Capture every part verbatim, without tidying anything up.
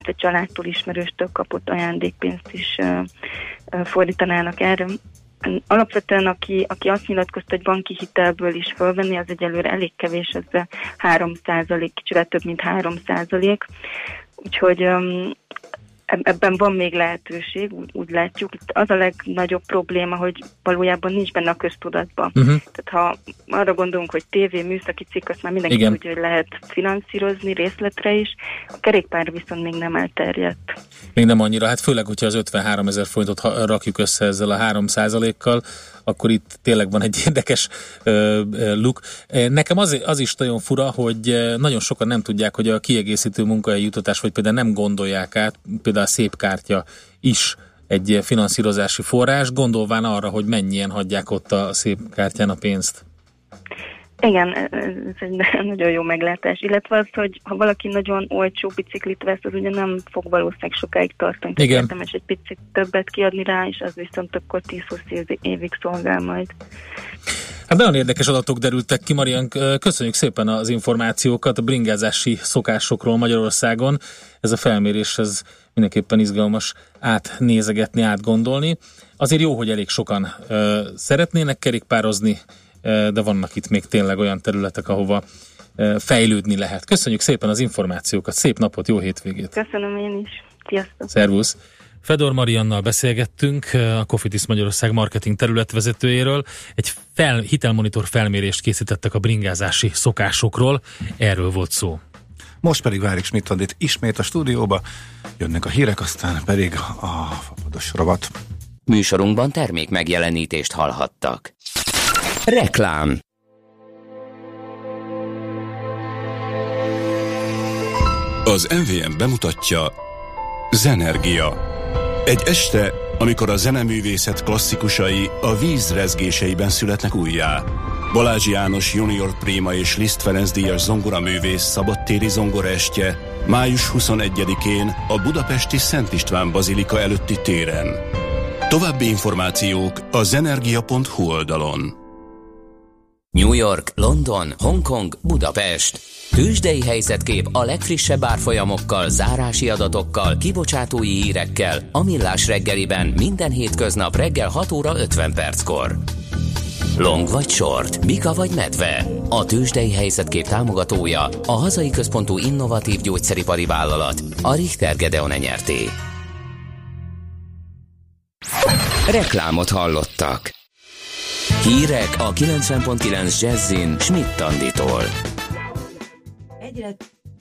a családtól, ismerőstől kapott ajándékpénzt is uh, uh, fordítanának erre. Alapvetően aki, aki azt nyilatkozta, hogy banki hitelből is fölvenni, az egyelőre elég kevés, ez három százalék, kicsivel több mint három százalék. Úgyhogy um, ebben van még lehetőség, úgy, úgy látjuk. Itt az a legnagyobb probléma, hogy valójában nincs benne a köztudatban. Uh-huh. Tehát ha arra gondolunk, hogy tévé, műszaki cikk, azt már mindenki Igen. tudja, hogy lehet finanszírozni részletre is, a kerékpár viszont még nem elterjedt. Még nem annyira, hát főleg, hogyha az ötvenhárom ezer forintot rakjuk össze ezzel a három százalékkal, akkor itt tényleg van egy érdekes ö, ö, luk. Nekem az, az is nagyon fura, hogy nagyon sokan nem tudják, hogy a kiegészítő munkahelyi jutatás, vagy például nem gondolják át, például a szép kártya is egy finanszírozási forrás, gondolván arra, hogy mennyien hagyják ott a szép kártyán a pénzt. Igen, ez egy nagyon jó meglátás. Illetve az, hogy ha valaki nagyon olcsó biciklit vesz, az ugye nem fog valószínűleg sokáig tartani. Tehát érdemes egy picit többet kiadni rá, és az viszont akkor tíz-húsz évig szolgál majd. Hát nagyon érdekes adatok derültek ki, Marian. Köszönjük szépen az információkat a bringázási szokásokról Magyarországon. Ez a felmérés, ez mindenképpen izgalmas átnézegetni, átgondolni. Azért jó, hogy elég sokan uh, szeretnének kerékpározni, de vannak itt még tényleg olyan területek, ahova fejlődni lehet. Köszönjük szépen az információkat, szép napot, jó hétvégét! Köszönöm én is, sziasztok! Szervusz! Fedor Mariannal beszélgettünk, a Cofidis Magyarország marketing területvezetőjéről. Egy fel, hitelmonitor felmérést készítettek a bringázási szokásokról, erről volt szó. Most pedig Várik Schmidt-Andit ismét a stúdióba, jönnek a hírek, aztán pedig a fapados rovat. Műsorunkban termék megjelenítést hallhattak. Reklám. Az em vé em bemutatja Zenergia. Egy este, amikor a zeneművészet klasszikusai a víz rezgéseiben születnek újjá. Balázs János junior préma és Liszt Ferenc díjas zongoraművész szabadtéri zongoraestje május huszonegyedikén a budapesti Szent István bazilika előtti téren. További információk a zenergia pont hu oldalon. New York, London, Hongkong, Budapest. Tőzsdei helyzetkép a legfrissebb árfolyamokkal, zárási adatokkal, kibocsátói hírekkel a Millás reggeliben minden hétköznap reggel hat óra ötven perckor. Long vagy short, bika vagy medve. A tőzsdei helyzetkép támogatója a hazai központú innovatív gyógyszeripari vállalat, a Richter Gedeon Nyrt. Reklámot hallottak. Hírek a kilencven pont kilenc Jazzin Schmidt-Anditól. Egyre...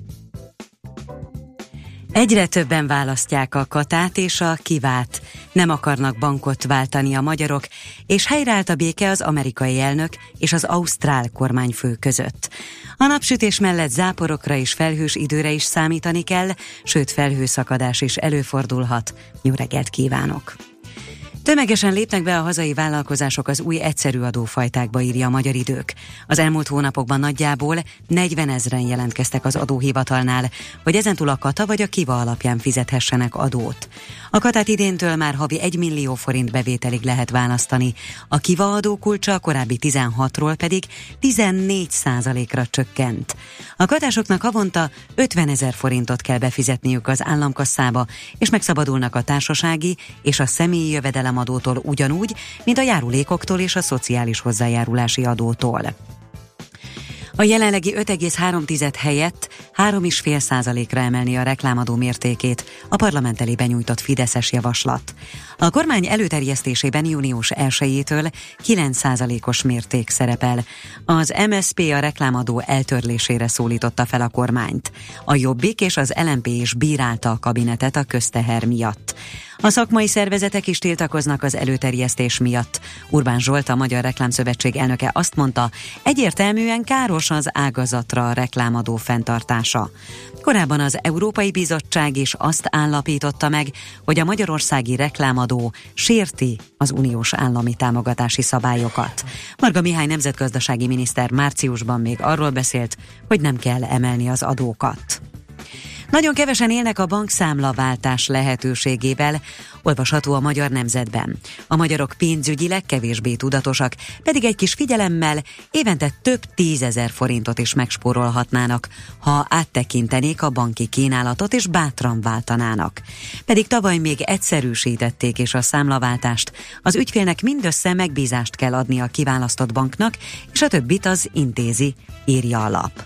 Egyre többen választják a Katát és a Kivát. Nem akarnak bankot váltani a magyarok, és helyreállt a béke az amerikai elnök és az ausztrál kormányfő között. A napsütés mellett záporokra és felhős időre is számítani kell, sőt felhőszakadás is előfordulhat. Jó reggelt kívánok! Tömegesen lépnek be a hazai vállalkozások az új egyszerű adófajtákba, írja a Magyar Idők. Az elmúlt hónapokban nagyjából negyvenezren jelentkeztek az adóhivatalnál, hogy ezentúl a Kata vagy a Kiva alapján fizethessenek adót. A Katát idéntől már havi egy millió forint bevételig lehet választani. A Kiva adókulcsa a korábbi tizenhatról pedig tizennégy százalékra csökkent. A katásoknak havonta ötvenezer forintot kell befizetniük az államkasszába, és megszabadulnak a társasági és a személyi jövedelemadótól ugyanúgy, mint a járulékoktól és a szociális hozzájárulási adótól. A jelenlegi öt egész három helyett három egész öt százalékra emelni a reklámadó mértékét a parlament elé benyújtott fideszes javaslat. A kormány előterjesztésében június elsejétől kilenc százalékos mérték szerepel. Az em es zé pé a reklámadó eltörlésére szólította fel a kormányt. A Jobbik és az el em pé is bírálta a kabinetet a közteher miatt. A szakmai szervezetek is tiltakoznak az előterjesztés miatt. Urbán Zsolt, a Magyar Reklámszövetség elnöke azt mondta, egyértelműen káros az ágazatra a reklámadó fenntartása. Korábban az Európai Bizottság is azt állapította meg, hogy a magyarországi reklámadó sérti az uniós állami támogatási szabályokat. Marga Mihály nemzetgazdasági miniszter márciusban még arról beszélt, hogy nem kell emelni az adókat. Nagyon kevesen élnek a bankszámlaváltás lehetőségével, olvasható a Magyar Nemzetben. A magyarok pénzügyileg kevésbé tudatosak, pedig egy kis figyelemmel évente több tízezer forintot is megspórolhatnának, ha áttekintenék a banki kínálatot és bátran váltanának. Pedig tavaly még egyszerűsítették is a számlaváltást, az ügyfélnek mindössze megbízást kell adni a kiválasztott banknak, és a többit az intézi, írja a lap.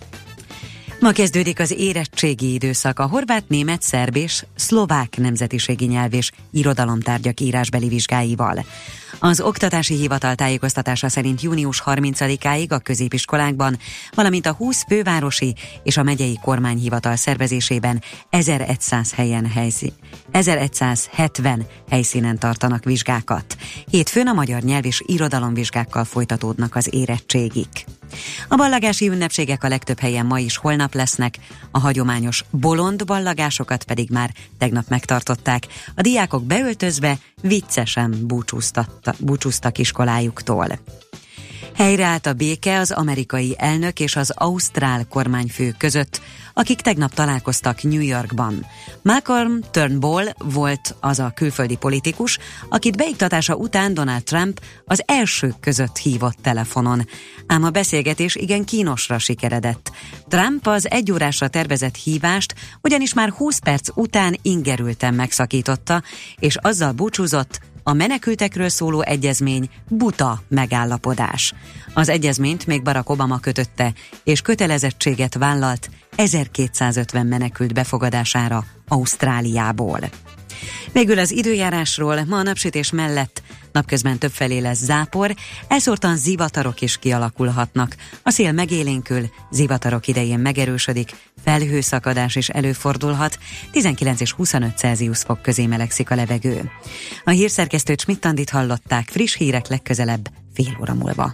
Ma kezdődik az érettségi időszak a horvát, német, szerb és szlovák nemzetiségi nyelv és irodalomtárgyak írásbeli vizsgáival. Az Oktatási Hivatal tájékoztatása szerint június harmincadikáig a középiskolákban, valamint a húsz fővárosi és a megyei kormányhivatal szervezésében ezerszáz helyen helyszín, ezerszázhetven helyszínen tartanak vizsgákat. Hétfőn a magyar nyelv és irodalomvizsgákkal folytatódnak az érettségik. A ballagási ünnepségek a legtöbb helyen ma is holnap lesznek, a hagyományos bolond ballagásokat pedig már tegnap megtartották. A diákok beöltözve viccesen búcsúztak iskolájuktól. Helyreállt a béke az amerikai elnök és az ausztrál kormányfő között, akik tegnap találkoztak New Yorkban. Malcolm Turnbull volt az a külföldi politikus, akit beiktatása után Donald Trump az elsők között hívott telefonon. Ám a beszélgetés igen kínosra sikeredett. Trump az egyórásra tervezett hívást ugyanis már húsz perc után ingerülten megszakította, és azzal búcsúzott: a menekültekről szóló egyezmény buta megállapodás. Az egyezményt még Barack Obama kötötte, és kötelezettséget vállalt ezerkétszázötven menekült befogadására Ausztráliából. Végül az időjárásról: ma a napsütés mellett napközben többfelé lesz zápor, elszórtan zivatarok is kialakulhatnak. A szél megélénkül, zivatarok idején megerősödik, felhőszakadás is előfordulhat, tizenkilenc és huszonöt Celsius fok közé melegszik a levegő. A hírszerkesztőt Schmidt-Andit hallották, friss hírek legközelebb fél óra múlva.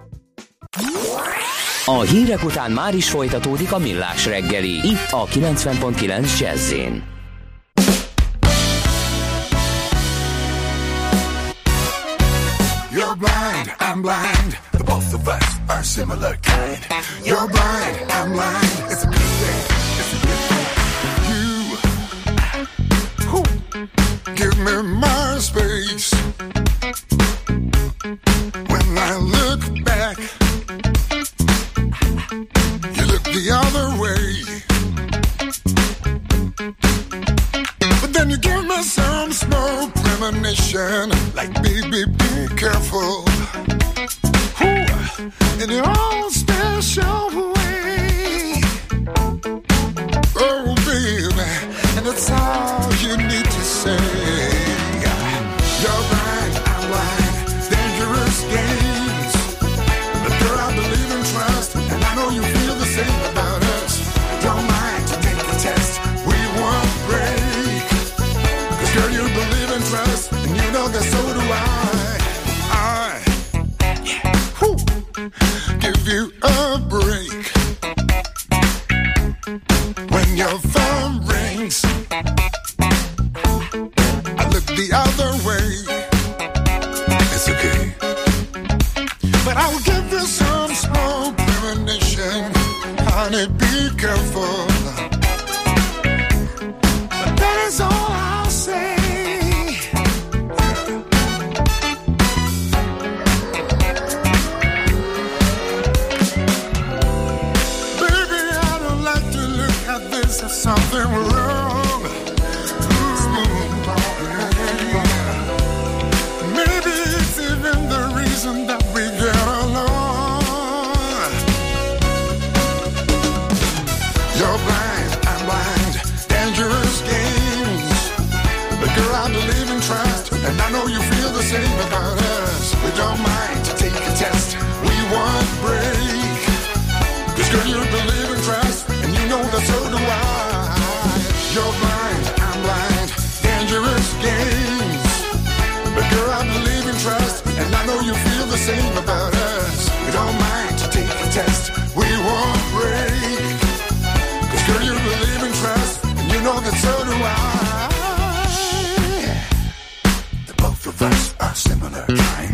A hírek után már is folytatódik a Millás reggeli, itt a kilencven pont kilenc Jazz-én. You're blind, I'm blind, the both of us are similar kind. You're blind, I'm blind, it's a good thing, it's a good thing. You, who, give me my space. When I look back, you look the other way. But then you give me some small premonition, like baby, be careful. Ooh, in your own special way. Oh, baby, and that's all you need to say. You're blind, I'm blind, dangerous games. But girl, I believe in trust, and I know you feel the same about us. Don't mind to take a test, we won't break. Cause girl, you believe in trust, and you know that so do I. I, whew, give you a break. When your phone rings, I look the other way. It's okay, but I will give you some small premonition. Honey, be careful. But that is all I'll say. Baby, I don't like to look at this as something wrong. Maybe it's even the reason that we get along. You're blind, I'm blind, dangerous games. But girl, I believe in trust, and I know you feel the same about us. We don't mind to take a test, we won't break. Cause girl, you believe in trust, and you know that so do I. You're blind, I'm blind, dangerous games. But girl, I believe in trust, and I know you feel the same about us. We don't mind to take a test, we won't break. Cause girl, you believe in trust, and you know that so do I. The both of us are similar kind.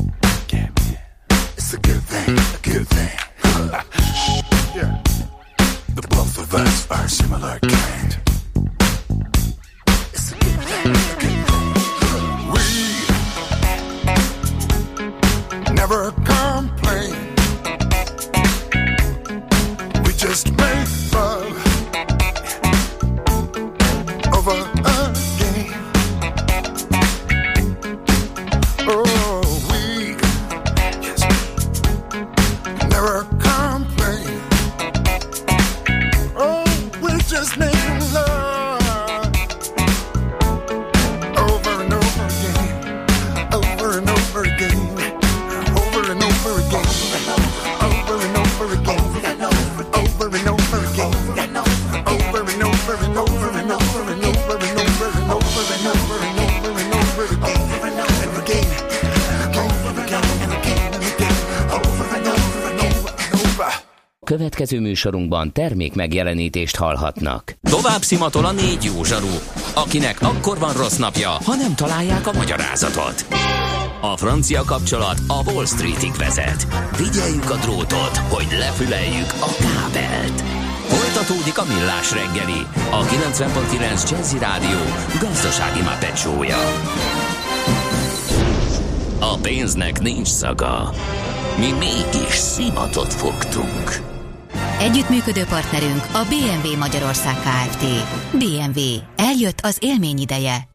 It's a good thing, a good thing. Yeah. The both of us are similar that kind. We never complain. We just make love over again. Oh, we just never complain. Oh, we just make love over and over again, over and over again, over and over again, over and over again, over and over again, over and over and over and over and over and over and over and over and over and over and over and over again, and again, over and again, and again, and again, over and over and over and over. Következő műsorunkban termék megjelenítést hallhatnak. Tovább szimatol a négy jó zsaru, akinek akkor van rossz napja, ha nem találják a magyarázatot. A francia kapcsolat a Wall Streetig vezet. Figyeljük a drótot, hogy lefüleljük a kábelt. Folytatódik a Millás reggeli, a kilencven pont kilenc Jazzy Rádió gazdasági Muppet show-ja. A pénznek nincs szaga. Mi mégis szimatot fogtunk. Együttműködő partnerünk a bé em vé Magyarország Kft. bé em vé. Eljött az élmény ideje.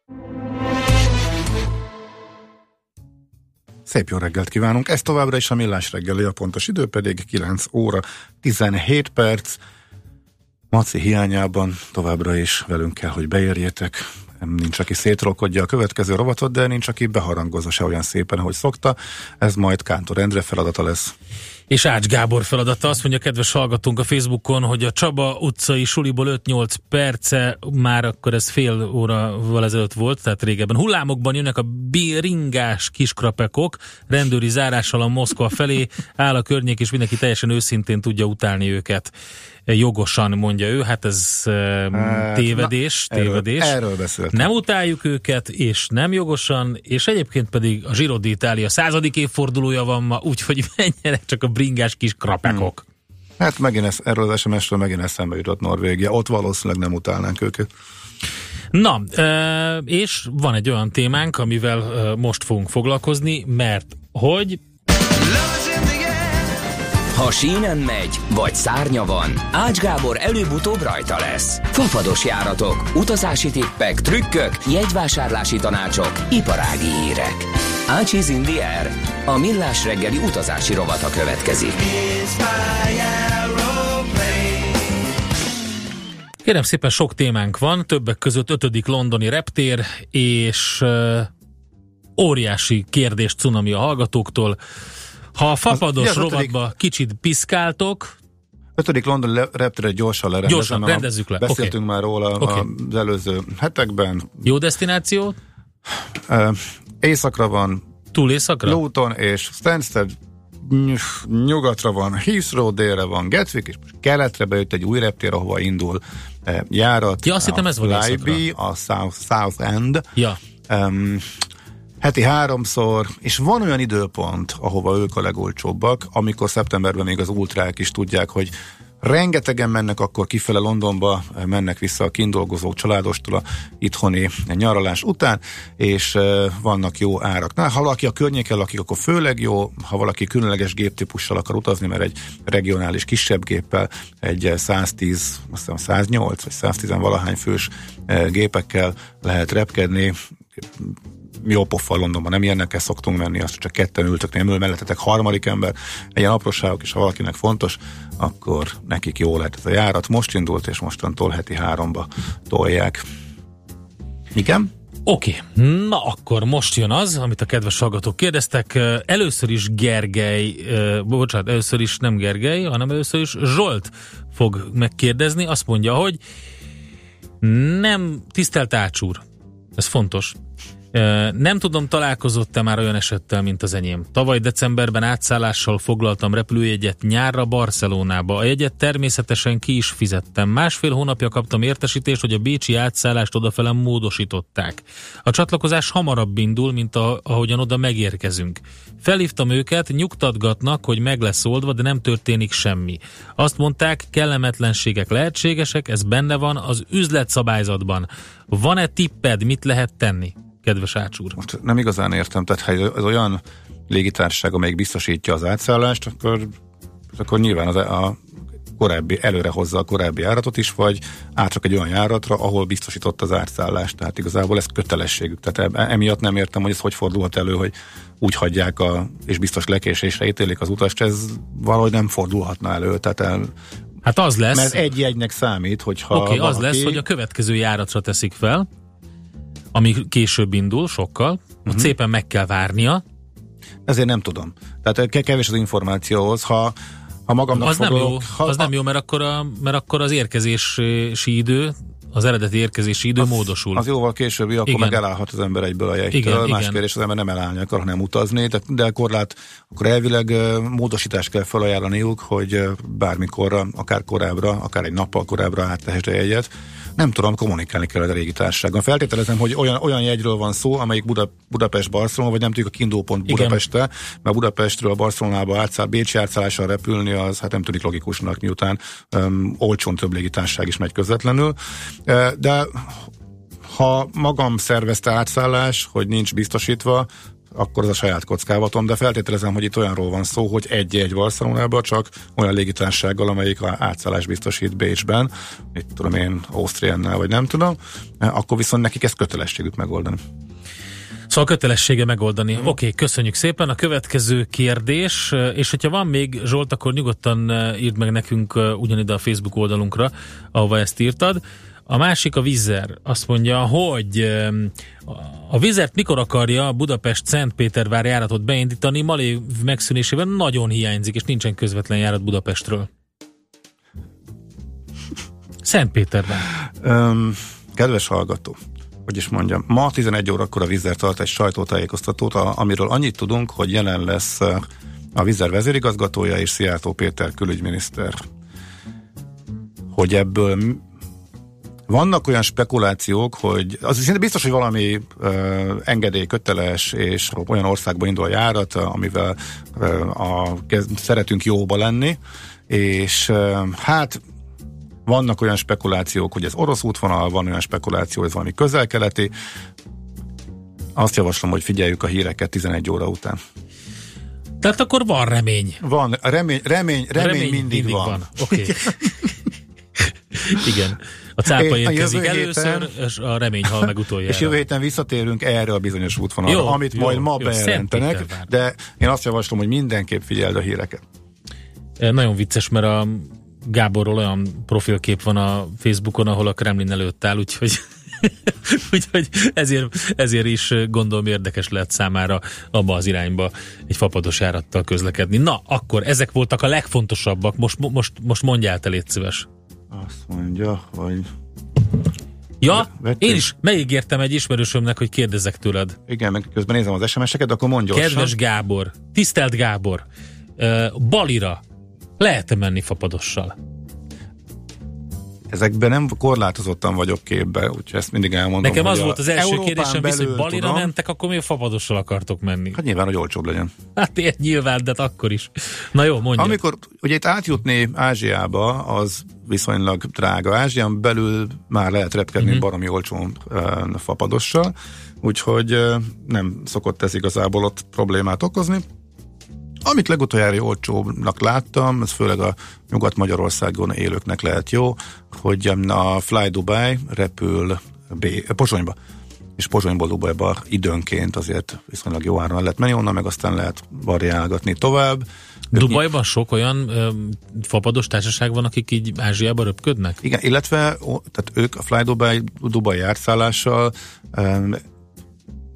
Szép jó reggelt kívánunk, ez továbbra is a Millás reggeli, a pontos idő pedig kilenc óra tizenhét perc. Maci hiányában továbbra is velünk kell, hogy beérjétek. Nincs, aki szétrolkodja a következő rovatot, de nincs, aki beharangozza se olyan szépen, ahogy szokta. Ez majd Kántor Endre feladata lesz. És Ács Gábor feladata. Azt mondja kedves hallgatónk a Facebookon, hogy a Csaba utcai suliból öt-nyolc perce, már akkor ez fél órával ezelőtt volt, tehát régebben. Hullámokban jönnek a ringás kiskrapekok, rendőri zárással a Moszkva felé, áll a környék, és mindenki teljesen őszintén tudja utálni őket. Jogosan, mondja ő, hát ez hát, tévedés, na, tévedés. Erről, erről beszéltem. Nem utáljuk őket, és nem jogosan, és egyébként pedig a Giro d'Italia századik évfordulója van ma, úgyhogy menjenek csak a bringás kis krapekok. Hmm. Hát megint ez, erről az es em es-ről megint eszembe jutott Norvégia, ott valószínűleg nem utálnánk őket. Na, és van egy olyan témánk, amivel most fogunk foglalkozni, mert hogy... Ha sínen megy, vagy szárnya van, Ács Gábor előbb-utóbb rajta lesz. Fafados járatok, utazási tippek, trükkök, jegyvásárlási tanácsok, iparági hírek. Ácsiz in the air. A Millás reggeli utazási rovata következik. Kérem szépen, sok témánk van, többek között ötödik londoni reptér, és uh, óriási kérdés cunami a hallgatóktól. Ha a fapados az, rovatba ötödik... kicsit piszkáltok... ötödik londoni reptére gyorsan lerendezem. Gyorsan, rendezzük le. Beszéltünk okay. már róla okay. az előző hetekben. Jó desztináció? Uh, északra van. Túl északra? Luton és Stansted, nyugatra van Heathrow, délre van Gatwick, és most keletre bejött egy új reptér, ahova indul uh, járat. Ja, azt hittem ez van Flybe, a South, South End. Ja. Um, heti háromszor, és van olyan időpont, ahova ők a legolcsóbbak, amikor szeptemberben még az ultrák is tudják, hogy rengetegen mennek akkor kifele Londonba, mennek vissza a kindolgozó családostól a itthoni nyaralás után, és uh, vannak jó árak. Na, ha valaki a környéken lakik, akkor főleg jó, ha valaki különleges géptípussal akar utazni, mert egy regionális kisebb géppel, egy száztíz, azt hiszem száznyolc, vagy száztíz valahány fős uh, gépekkel lehet repkedni, jó poffal Londonban nem ilyenekkel szoktunk menni, azt csak ketten ültök, nem ül mellettetek harmadik ember, ilyen apróságok, és ha valakinek fontos, akkor nekik jó lehet ez a járat. Most indult, és mostantól heti háromba tolják. Igen? Oké, okay. Na akkor most jön az, amit a kedves hallgatók kérdeztek. Először is Gergely, bocsánat, először is nem Gergely, hanem először is Zsolt fog megkérdezni. Azt mondja, hogy nem, tisztelt Ács úr, ez fontos, Nem tudom, találkozott-e már olyan esettel, mint az enyém. Tavaly decemberben átszállással foglaltam repülőjegyet nyárra Barcelonába. A jegyet természetesen ki is fizettem. Másfél hónapja kaptam értesítést, hogy a bécsi átszállást odafele módosították. A csatlakozás hamarabb indul, mint a, ahogyan oda megérkezünk. Felhívtam őket, nyugtatgatnak, hogy meg lesz oldva, de nem történik semmi. Azt mondták, kellemetlenségek lehetségesek, ez benne van az üzletszabályzatban. Van-e tipped, mit lehet tenni? Kedves Ács úr. Most nem igazán értem, tehát ha ez olyan légitársaság, amelyik biztosítja az átszállást, akkor, akkor nyilván az a korábbi, előre hozza a korábbi járatot is, vagy átrak egy olyan járatra, ahol biztosított az átszállást. Tehát igazából ez kötelességük. Tehát emiatt nem értem, hogy ez hogy fordulhat elő, hogy úgy hagyják a, és biztos lekésésre ítélik az utast, ez valahogy nem fordulhatna elő. Tehát el, hát az lesz. Mert egy jegynek számít, hogyha Oké, okay, valaki... az lesz, hogy a következő járatra teszik fel, ami később indul, sokkal, ott uh-huh. szépen meg kell várnia. Ezért nem tudom. Tehát kevés az információhoz, ha, ha magamnak az fogok... Nem jó, ha, az a... nem jó, mert akkor, a, mert akkor az érkezési idő, az eredeti érkezési idő az, módosul. Az jóval későbbi, akkor igen. meg elállhat az ember egyből a jegytől. Más kérdés, az ember nem elállni akar, hanem utazni, de, de korlát, akkor elvileg uh, módosítást kell felajánlaniuk, hogy uh, bármikorra, akár korábbra, akár egy nappal korábbra áttehesd a jegyet. Nem tudom, kommunikálni kell a régi társasággal. Feltételezem, hogy olyan, olyan jegyről van szó, amelyik Buda, Budapest-Barcelona, vagy nem tudjuk a kiindulópont Budapestre, mert Budapestről Barcelonába átszáll, Bécsi átszállással repülni, az hát nem tűnik logikusnak, miután um, olcsón több légitársaság is megy közvetlenül. De ha magam szervezte átszállás, hogy nincs biztosítva, akkor az a saját kockávatom, de feltételezem, hogy itt olyanról van szó, hogy egy-egy Barcelonában csak olyan légitársasággal, amelyik átszállás biztosít Bécsben, itt tudom én, Ausztriánnál, vagy nem tudom, akkor viszont nekik ezt kötelességük megoldani. Szóval kötelessége megoldani. Oké, okay, köszönjük szépen. A következő kérdés, és hogyha van még, Zsolt, akkor nyugodtan írd meg nekünk ugyanide a Facebook oldalunkra, ahova ezt írtad. A másik a Wizz Air. Azt mondja, hogy a Wizz Air mikor akarja Budapest-Szentpétervár járatot beindítani, Malév megszűnésében nagyon hiányzik, és nincsen közvetlen járat Budapestről. Szentpétervár. Um, kedves hallgató, hogy is mondjam, ma tizenegy órakor a Wizz Air tart egy sajtótájékoztatót, amiről annyit tudunk, hogy jelen lesz a Wizz Air vezérigazgatója és Szijjártó Péter külügyminiszter. Hogy ebből vannak olyan spekulációk, hogy az szinte biztos, hogy valami uh, engedély köteles, és olyan országba indul a járat, amivel uh, a, szeretünk jóba lenni, és uh, hát vannak olyan spekulációk, hogy ez orosz útvonal, van olyan spekuláció, hogy ez valami közel-keleti. Azt javaslom, hogy figyeljük a híreket tizenegy óra után. Tehát akkor van remény. Van, remény, remény, remény, remény mindig, mindig van. van. Oké. Okay. Igen. A cápa érkezik először, és a remény hal meg utoljára. És jövő héten visszatérünk erre a bizonyos útvonalra, jó, amit jó, majd ma jó, bejelentenek, de én azt javaslom, hogy mindenképp figyeld a híreket. E, nagyon vicces, mert a Gáborról olyan profilkép van a Facebookon, ahol a Kremlin előtt áll, úgyhogy, úgyhogy ezért, ezért is gondolom érdekes lehet számára abba az irányba egy fapados járattal közlekedni. Na, akkor ezek voltak a legfontosabbak. Most, most, most mondjál te, légy szíves. Azt mondja, hogy... Ja, Vették? Én is megígértem egy ismerősömnek, hogy kérdezzek tőled. Igen, meg közben nézem az es em es-eket, akkor mondj gyorsan. Kedves Gábor, tisztelt Gábor, uh, Balira lehet-e menni fapadossal? Ezekben nem korlátozottan vagyok képbe, úgyhogy ezt mindig elmondom. Nekem az volt az első Európán kérdésem, visz, hogy Balira tudom, mentek, akkor miért fapadossal akartok menni? Hát nyilván, hogy olcsóbb legyen. Hát én nyilván, de akkor is. Na jó, mondja. Amikor ugye itt átjutni Ázsiába, az viszonylag drága. Ázsián belül már lehet repkedni uh-huh. baromi olcsón uh, fapadossal, úgyhogy uh, nem szokott ez igazából ott problémát okozni. Amit legutoljára olcsóbbnak láttam, ez főleg a Nyugat-Magyarországon élőknek lehet jó, hogy a Fly Dubai repül B- Pozsonyba, és Pozsonyból Dubajba időnként azért viszonylag jó áron lehet menni, onnan meg aztán lehet variálgatni tovább. Dubajban sok olyan ö, fapados társaság van, akik így Ázsiába röpködnek? Igen, illetve ó, tehát ők a Fly Dubai, Dubai átszállással ö,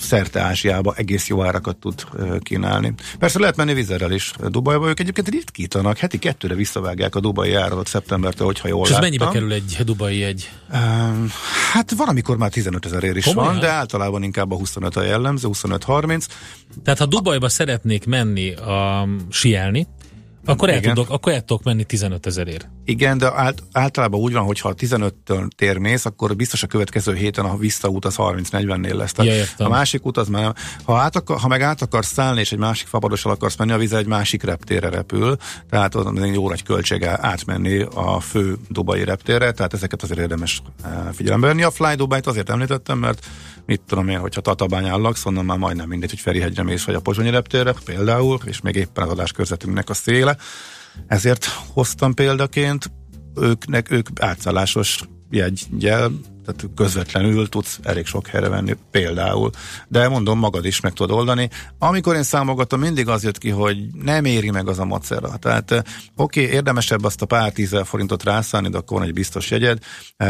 szerte Ázsiába egész jó árakat tud kínálni. Persze lehet menni vizerrel is Dubajba, ők egyébként ritkítanak, heti kettőre visszavágják a dubai áradat szeptembertől, hogyha jól és láttam. És mennyibe kerül egy dubai jegy? Um, hát van, amikor már tizenöt ezerért is Komolyan? van, de általában inkább a huszonöt a jellemző, huszonöt-harminc. Tehát ha Dubajba szeretnék menni a sielni, akkor el, tudok, akkor el tudok menni tizenöt ezerért. Igen, de ált, általában úgy van, hogy ha tizenöttől térmész, akkor biztos a következő héten a visszaút az harminc-negyvennél lesz. Tehát ja, a másik út az már nem. Ha, át akar, ha meg át akarsz szállni, és egy másik fapadossal akarsz menni, a vize egy másik reptérre repül, tehát az egy jó nagy költsége átmenni a fő dubai reptérre, tehát ezeket azért érdemes figyelembe venni. A Fly Dubai-t azért említettem, mert mit tudom én, hogyha Tatabányán laksz, onnan már majdnem mindegy, hogy Ferihegyre mész, vagy a Pozsonyi reptérre például, és még éppen az adáskörzetünknek a széle. Ezért hoztam példaként, őknek, ők átszállásos jeggyel, tehát közvetlenül tudsz elég sok helyre venni például. De mondom, magad is meg tudod oldani. Amikor én számogatom, mindig az jött ki, hogy nem éri meg az a macera. Tehát oké, okay, érdemesebb azt a pár tízezer forintot rászállni, de akkor van egy biztos jegyed.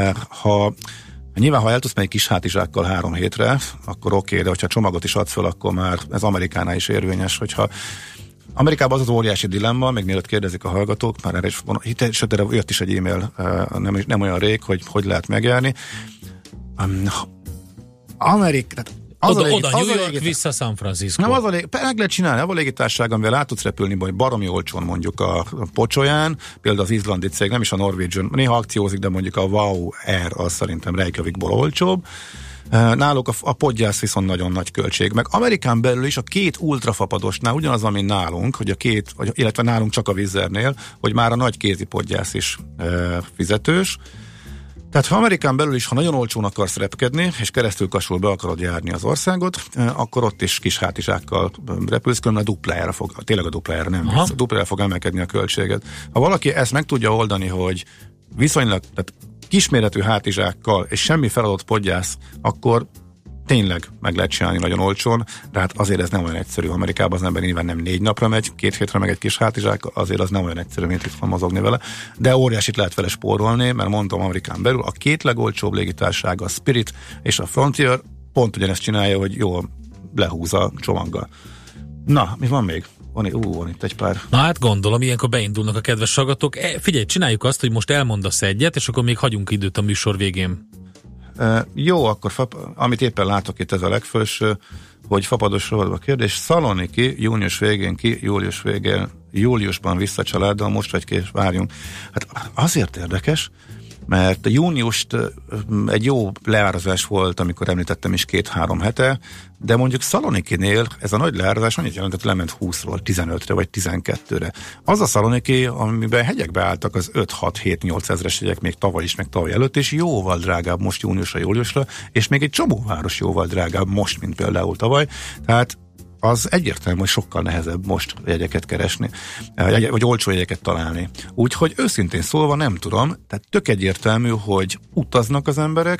Ha Nyilván, ha el tudsz menni egy kis hátizsákkal három hétre, akkor oké, okay, de hogyha csomagot is adsz föl, akkor már ez Amerikánál is érvényes, hogyha Amerikában az az óriási dilemma, még mielőtt kérdezik a hallgatók, már erre is, sőt, erre jött is egy e-mail, nem, nem olyan rég, hogy hogy lehet megjárni. Um, Amerik, tehát az oda, a légi, oda az New a York, légitár... vissza San Francisco. Nem, az a légi... meg lehet csinálni, abban a légitársaság, amivel át tudsz repülni, vagy baromi olcsón mondjuk a Pocsolyán, például az izlandi cég, nem is a Norwegian, néha akciózik, de mondjuk a Wow Air az szerintem Reykjavikból olcsóbb. Náluk a, a podgyász viszont nagyon nagy költség. Meg Amerikán belül is a két ultrafapadosnál ugyanaz, ami nálunk, hogy a két, illetve nálunk csak a Wizzernél, hogy már a nagy kézi podgyász is e, fizetős. Tehát ha Amerikán belül is, ha nagyon olcsón akarsz repkedni, és keresztül kasul be akarod járni az országot, akkor ott is kis hátizsákkal repülsz, különben a duplájára fog, tényleg a duplájára nem, a duplájára fog emelkedni a költséget. Ha valaki ezt meg tudja oldani, hogy viszonylag, tehát kisméretű hátizsákkal és semmi feladott podgyász, akkor tényleg meg lehet csinálni nagyon olcsón, de hát azért ez nem olyan egyszerű. Amerikában az ember nyilván nem négy napra megy, két hétre meg egy kis hátizsák, azért az nem olyan egyszerű, mint itt van mozogni vele, de óriásit lehet vele spórolni, mert mondtam, Amerikán belül a két legolcsóbb légitársaság, a Spirit és a Frontier pont ugyanezt csinálja, hogy jól lehúz a csomaggal. Na, mi van még? Van, ú, van itt egy pár. Na hát gondolom, ilyenkor beindulnak a kedves hallgatók. E, figyelj, csináljuk azt, hogy most elmondasz egyet, és akkor még hagyunk időt a műsor végén. Uh, jó, akkor fap, amit éppen látok itt, ez a legfelső, hogy fapados rovatba kérdés. Szaloniki június végén ki, július végén, júliusban vissza családdal, most vagy kés, várjunk. Hát azért érdekes, mert a júniust egy jó leárazás volt, amikor említettem is két-három hete, de mondjuk Szalonikinél ez a nagy leárazás annyit jelentett, lement húszról tizenötre vagy tizenkettőre. Az a Szaloniki, amiben hegyekbe álltak az öt-hat-hét-nyolc ezres jegyek még tavaly is, meg tavaly előtt, és jóval drágább most júniusra, júliusra, és még egy csomó város jóval drágább most, mint például tavaly. Tehát az egyértelmű, hogy sokkal nehezebb most jegyeket keresni, vagy olcsó jegyeket találni. Úgyhogy őszintén szólva nem tudom, tehát tök egyértelmű, hogy utaznak az emberek,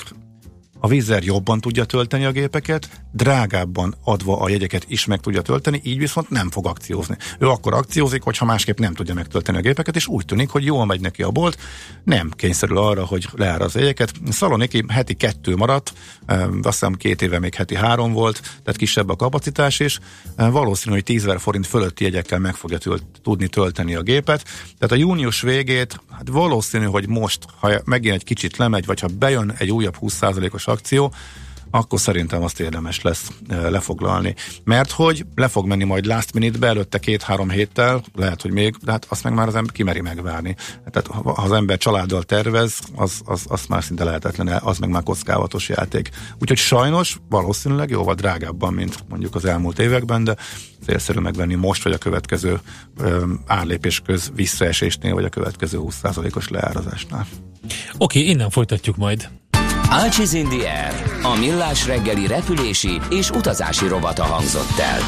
a Wizzair jobban tudja tölteni a gépeket, drágábban adva a jegyeket is meg tudja tölteni, így viszont nem fog akciózni. Ő akkor akciózik, hogyha másképp nem tudja megtölteni a gépeket, és úgy tűnik, hogy jól megy neki a bolt, nem kényszerül arra, hogy leáraz a jegyeket. Szaloniki heti kettő maradt, azt hiszem két éve még heti három volt, tehát kisebb a kapacitás is. Valószínű, hogy tízezer forint fölötti jegyekkel meg fogja tölt, tudni tölteni a gépet. Tehát a június végét, hát valószínű, hogy most, ha megint egy kicsit lemegy, vagy ha bejön egy újabb húsz százalékos akció, akkor szerintem azt érdemes lesz e, lefoglalni. Mert hogy le fog menni majd last minute-be, előtte két-három héttel, lehet, hogy még, de hát azt meg már az ember kimeri megvárni. Tehát ha az ember családdal tervez, az, az, az már szinte lehetetlen, az meg már kockávatos játék. Úgyhogy sajnos valószínűleg jóval drágábban, mint mondjuk az elmúlt években, de célszerű megvenni most, vagy a következő ö, árlépés köz visszaesésnél, vagy a következő húsz százalékos leárazásnál. Oké, okay, innen folytatjuk majd. Ácsiz in the Air, a millás reggeli repülési és utazási rovata hangzott el.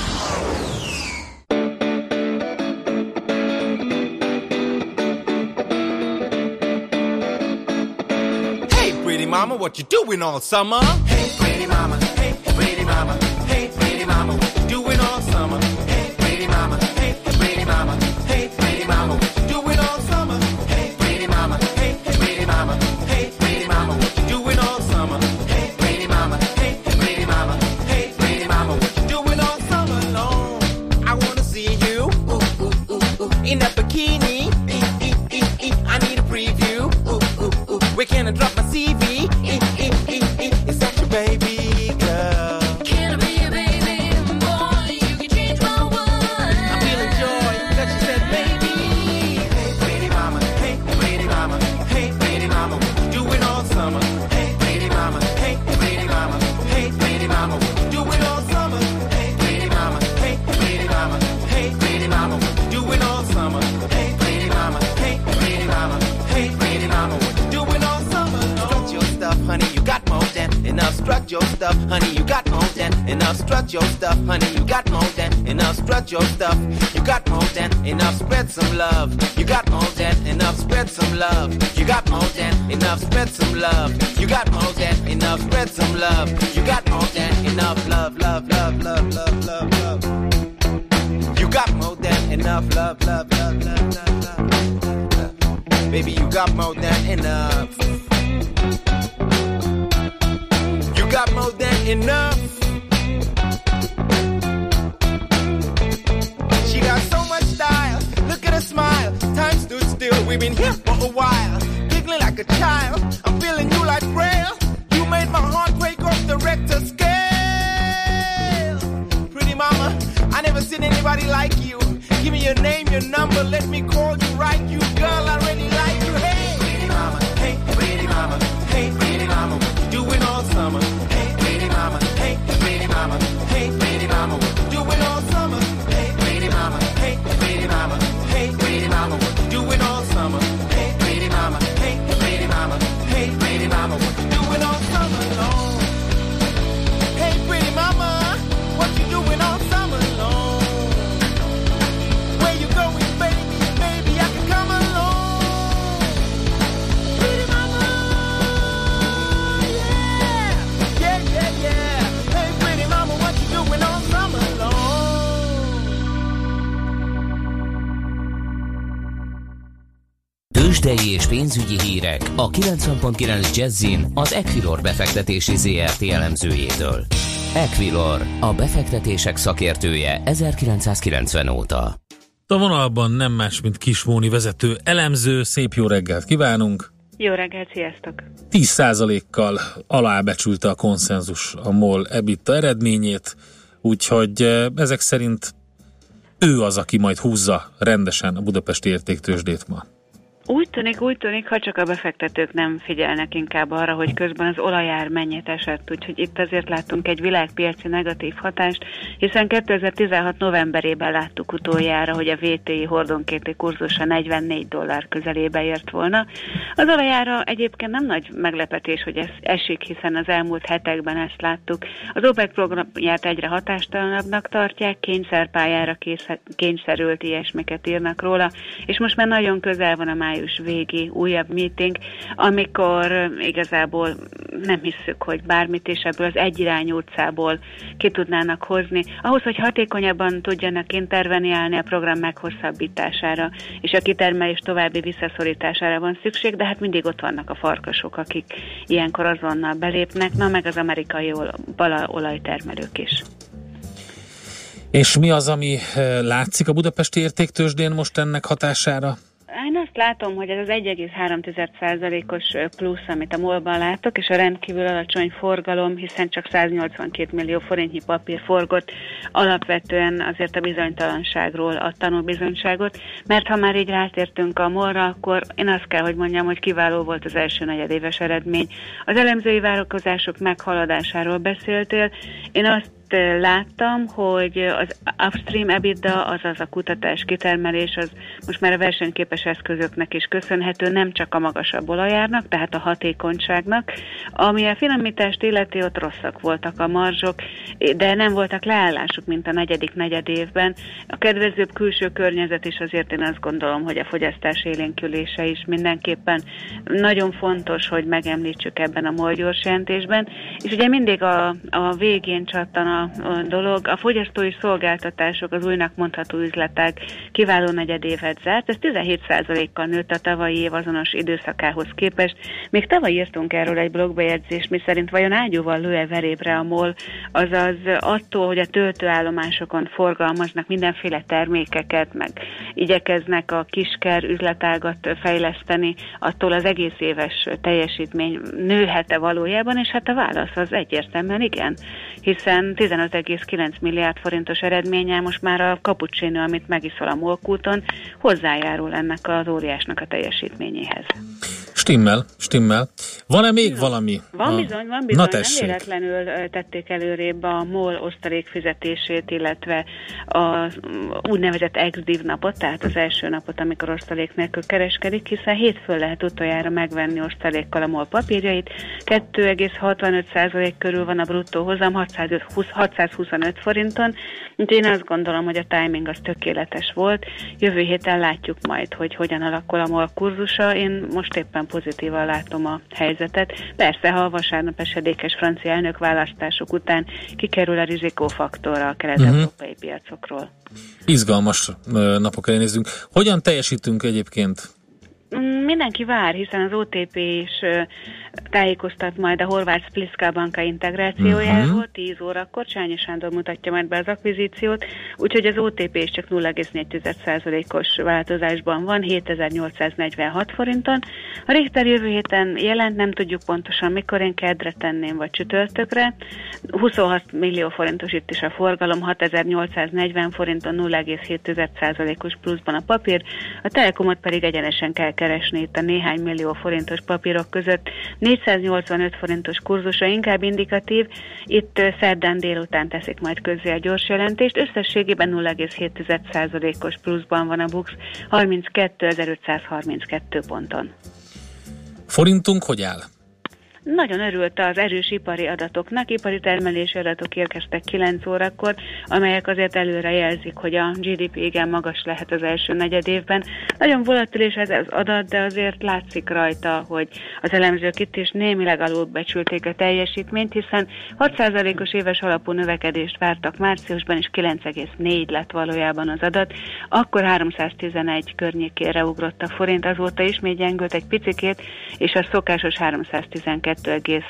Hey pretty mama, what you doing all summer? Hey pretty mama, hey pretty mama, hey pretty mama, what you doing all summer? Hey pretty mama, hey pretty mama, hey pretty mama, what you doing all summer? Hey pretty mama, hey pretty mama, hey pretty mama, what you doing all summer? Hey pretty mama, hey pretty mama, hey pretty mama, baby girl. Can I be your baby boy? You can change my world. I'm feeling joy because she said baby. Hey pretty mama, hey pretty mama, hey pretty mama, what you doing all summer? Hey pretty mama, hey pretty mama, hey pretty mama, what you doing all summer? Hey pretty mama, hey pretty mama, hey pretty mama, what you doing all summer? Hey pretty mama, hey pretty mama, hey pretty mama, what you doing all summer? Strut your stuff, honey, you got more than enough. Strut your stuff, honey, you got more than enough. Strut your stuff, honey, you got more than enough. Strut your stuff, you got more than enough. Spread some love, you got more than enough. Spread some love, you got more than enough. Spread some love, you got more than enough. Spread some love, you got more than enough. Love, love, love, love, love, love, love. You got more than enough. Love, love, love, love, love, love, love. Baby, you got more than enough. You got more than enough. She got so much style. Look at her smile. Time stood still. We've been here for a while. Giggling like a child. I'm feeling you like Braille. You made my heart break off the Richter scale. Pretty mama, I never seen anybody like you. Give me your name, your number. Let me call you right. You girl, I really like you. Hey, pretty mama. Hey, pretty mama. Hey, pretty mama. What you doing all summer? Hey, pretty mama. Hey, pretty mama. Hey, pretty mama. What you doing all summer? Hey, pretty mama. Hey, pretty mama. Hey, pretty mama. What you doing all summer? Hey, pretty mama. Hey, pretty mama. Hey, pretty mama. What you doing all summer long? Hey, pretty mama. What you doing all summer long? Where you going, baby? Baby, I can come along. Pretty mama. Yeah. Yeah, yeah, yeah. Hey, pretty mama, what you doing all summer long? Tőzsdei és pénzügyi hírek a kilencven pont kilenc Jazzin az Equilor befektetési zé er té elemzőjétől. Equilor, a befektetések szakértője ezerkilencszázkilencven óta. A vonalban nem más, mint Kiss Móni vezető elemző. Szép jó reggelt kívánunk! Jó reggelt, sziasztok! tíz százalékkal alábecsülte a konszenzus a MOL EBITDA eredményét, úgyhogy ezek szerint ő az, aki majd húzza rendesen a budapesti értéktőzsdét ma. Úgy tűnik, úgy tűnik, ha csak a befektetők nem figyelnek inkább arra, hogy közben az olajár mennyit esett, úgyhogy itt azért láttunk egy világpiaci negatív hatást, hiszen kétezer-tizenhat novemberében láttuk utoljára, hogy a vé té i hordonkénti kurzusa negyvennégy dollár közelébe ért volna. Az olajára egyébként nem nagy meglepetés, hogy ez esik, hiszen az elmúlt hetekben ezt láttuk. Az OPEC programját egyre hatástalanabbnak tartják, kényszerpályára kényszerült, ilyesmiket írnak róla, és most már nagyon közel van a május végi újabb meeting, amikor igazából nem hisszük, hogy bármit is ebből az egyirányú utcából ki tudnának hozni. Ahhoz, hogy hatékonyabban tudjanak interveniálni, a program meghosszabbítására és a kitermelés további visszaszorítására van szükség, de hát mindig ott vannak a farkasok, akik ilyenkor azonnal belépnek, na meg az amerikai olajtermelők is. És mi az, ami látszik a budapesti értéktőzsdén most ennek hatására? Én azt látom, hogy ez az egy egész három százalékos plusz, amit a MOL-ban látok, és a rendkívül alacsony forgalom, hiszen csak száznyolcvankét millió forintnyi papír forgott, alapvetően azért a bizonytalanságról a tanúbizonyságot, mert ha már így rátértünk a MOL-ra, akkor én azt kell, hogy mondjam, hogy kiváló volt az első negyedéves eredmény. Az elemzői várakozások meghaladásáról beszéltél, én azt láttam, hogy az upstream EBITDA, azaz a kutatás, kitermelés, az most már a versenyképes eszközöknek is köszönhető, nem csak a magasabb olajárnak, tehát a hatékonyságnak. Ami a finomítást illeti, ott rosszak voltak a marzsok, de nem voltak leállások, mint a negyedik negyedévben. A kedvezőbb külső környezet is azért én azt gondolom, hogy a fogyasztás élénkülése is mindenképpen nagyon fontos, hogy megemlítsük ebben a MOL gyors jelentésben. És ugye mindig a, a végén csattan a a, a dolog. A fogyasztói szolgáltatások, az újnak mondható üzletek kiváló negyedévet zárt. Ez tizenhét százalékkal nőtt a tavalyi év azonos időszakához képest. Még tavaly írtunk erről egy blogbejegyzést, mi szerint vajon ágyúval lő-e verébre a MOL, azaz attól, hogy a töltőállomásokon forgalmaznak mindenféle termékeket, meg igyekeznek a kisker üzletágat fejleszteni, attól az egész éves teljesítmény nőhet-e valójában, és hát a válasz az egyértelműen igen, hiszen tizenöt egész kilenc milliárd forintos eredménnyel most már a cappuccino, amit megiszol a Molkúton, hozzájárul ennek az óriásnak a teljesítményéhez. Stimmel, stimmel. Van-e még bizony, valami? Van a... bizony, van bizony. Na, nem véletlenül tették előrébb a MOL osztalék fizetését, illetve az úgynevezett ex-div napot, tehát az első napot, amikor osztalék nélkül kereskedik, hiszen hétfőn lehet utoljára megvenni osztalékkal a MOL papírjait. kettő egész hatvanöt százalék körül van a bruttó hozam, hatszázhuszonöt forinton, úgyhogy én azt gondolom, hogy a timing az tökéletes volt. Jövő héten látjuk majd, hogy hogyan alakul a MOL kurzusa. Én most éppen pozitívan látom a helyzetet. Persze, ha a vasárnap esedékes francia elnökválasztások után kikerül a rizikófaktor a kelet-európai uh-huh. piacokról. Izgalmas napok elé nézzünk. Hogyan teljesítünk egyébként? Mindenki vár, hiszen az o té pé is tájékoztat majd a horvát Splitska banka integrációjáról, uh-huh. tíz órakor Csányi Sándor mutatja majd be az akvizíciót, úgyhogy az o té pé is csak nulla egész négy százalékos változásban van, hétezer-nyolcszáznegyvenhat forinton. A Richter jövő héten jelent, nem tudjuk pontosan mikor, én keddre tenném, vagy csütörtökre. huszonhat millió forintos itt is a forgalom, hatezer-nyolcszáznegyven forinton nulla egész hét százalékos pluszban a papír, a Telekomot pedig egyenesen kell keresni itt a néhány millió forintos papírok között. négyszáznyolcvanöt forintos kurzusa inkább indikatív, itt szerdán délután teszik majd közzé a gyors jelentést, összességében nulla egész hét százalékos pluszban van a BUX harminckétezer-ötszázharminckettő ponton. Forintunk hogy áll? Nagyon örült az erős ipari adatoknak, ipari termelési adatok érkeztek kilenc órakor, amelyek azért előre jelzik, hogy a gé dé pé igen magas lehet az első negyed évben. Nagyon volatilis ez az adat, de azért látszik rajta, hogy az elemzők itt is némileg alulbecsülték a teljesítményt, hiszen hat százalékos éves alapú növekedést vártak márciusban, és kilenc egész négy lett valójában az adat. Akkor háromszáztizenegy környékére ugrott a forint, azóta ismét gyengült egy picikét, és a szokásos háromszáztizenkettő egész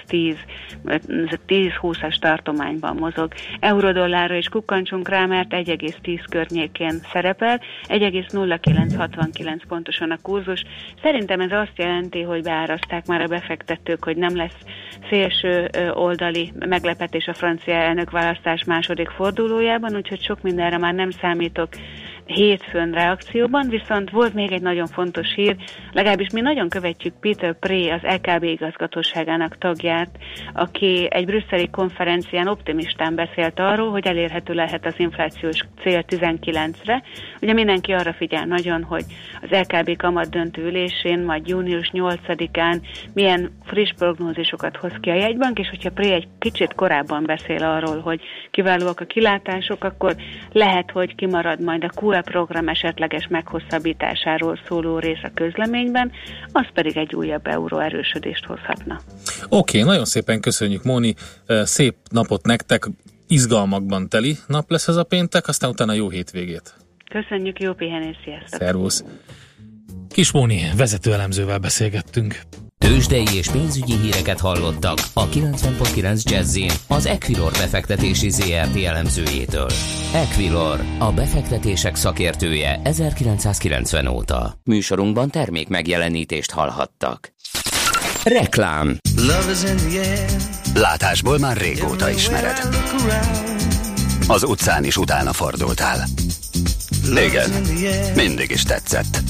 tíz-húszas tartományban mozog. Eurodollárra is kukkantsunk rá, mert egy egész tíz környékén szerepel, egy egész nulla kilenc hatvankilenc pontosan a kurzus. Szerintem ez azt jelenti, hogy beáraszták már a befektetők, hogy nem lesz szélső oldali meglepetés a francia elnökválasztás második fordulójában, úgyhogy sok mindenre már nem számítok hétfőn reakcióban, viszont volt még egy nagyon fontos hír, legalábbis mi nagyon követjük Peter Prey, az é ká bé igazgatóságának tagját, aki egy brüsszeli konferencián optimistán beszélt arról, hogy elérhető lehet az inflációs cél tizenkilencre. Ugye mindenki arra figyel nagyon, hogy az é ká bé kamat döntő ülésén, majd június nyolcadikán milyen friss prognózisokat hoz ki a jegybank, és hogyha Prey egy kicsit korábban beszél arról, hogy kiválóak a kilátások, akkor lehet, hogy kimarad majd a kú é program esetleges meghosszabbításáról szóló rész a közleményben, az pedig egy újabb euró erősödést hozhatna. Oké, okay, nagyon szépen köszönjük, Móni, szép napot nektek, izgalmakban teli nap lesz ez a péntek, aztán utána jó hétvégét. Köszönjük, jó pihenés, sziasztok! Szervusz! Kis Móni vezető elemzővel beszélgettünk. Tőzsdei és pénzügyi híreket hallottak a kilencven pont kilenc Jazzin az Equilor befektetési zé er té elemzőjétől. Equilor, a befektetések szakértője ezerkilencszázkilencven óta. Műsorunkban termék megjelenítést hallhattak. Reklám. Látásból már régóta ismered. Az utcán is utána fordultál. Igen, mindig is tetszett.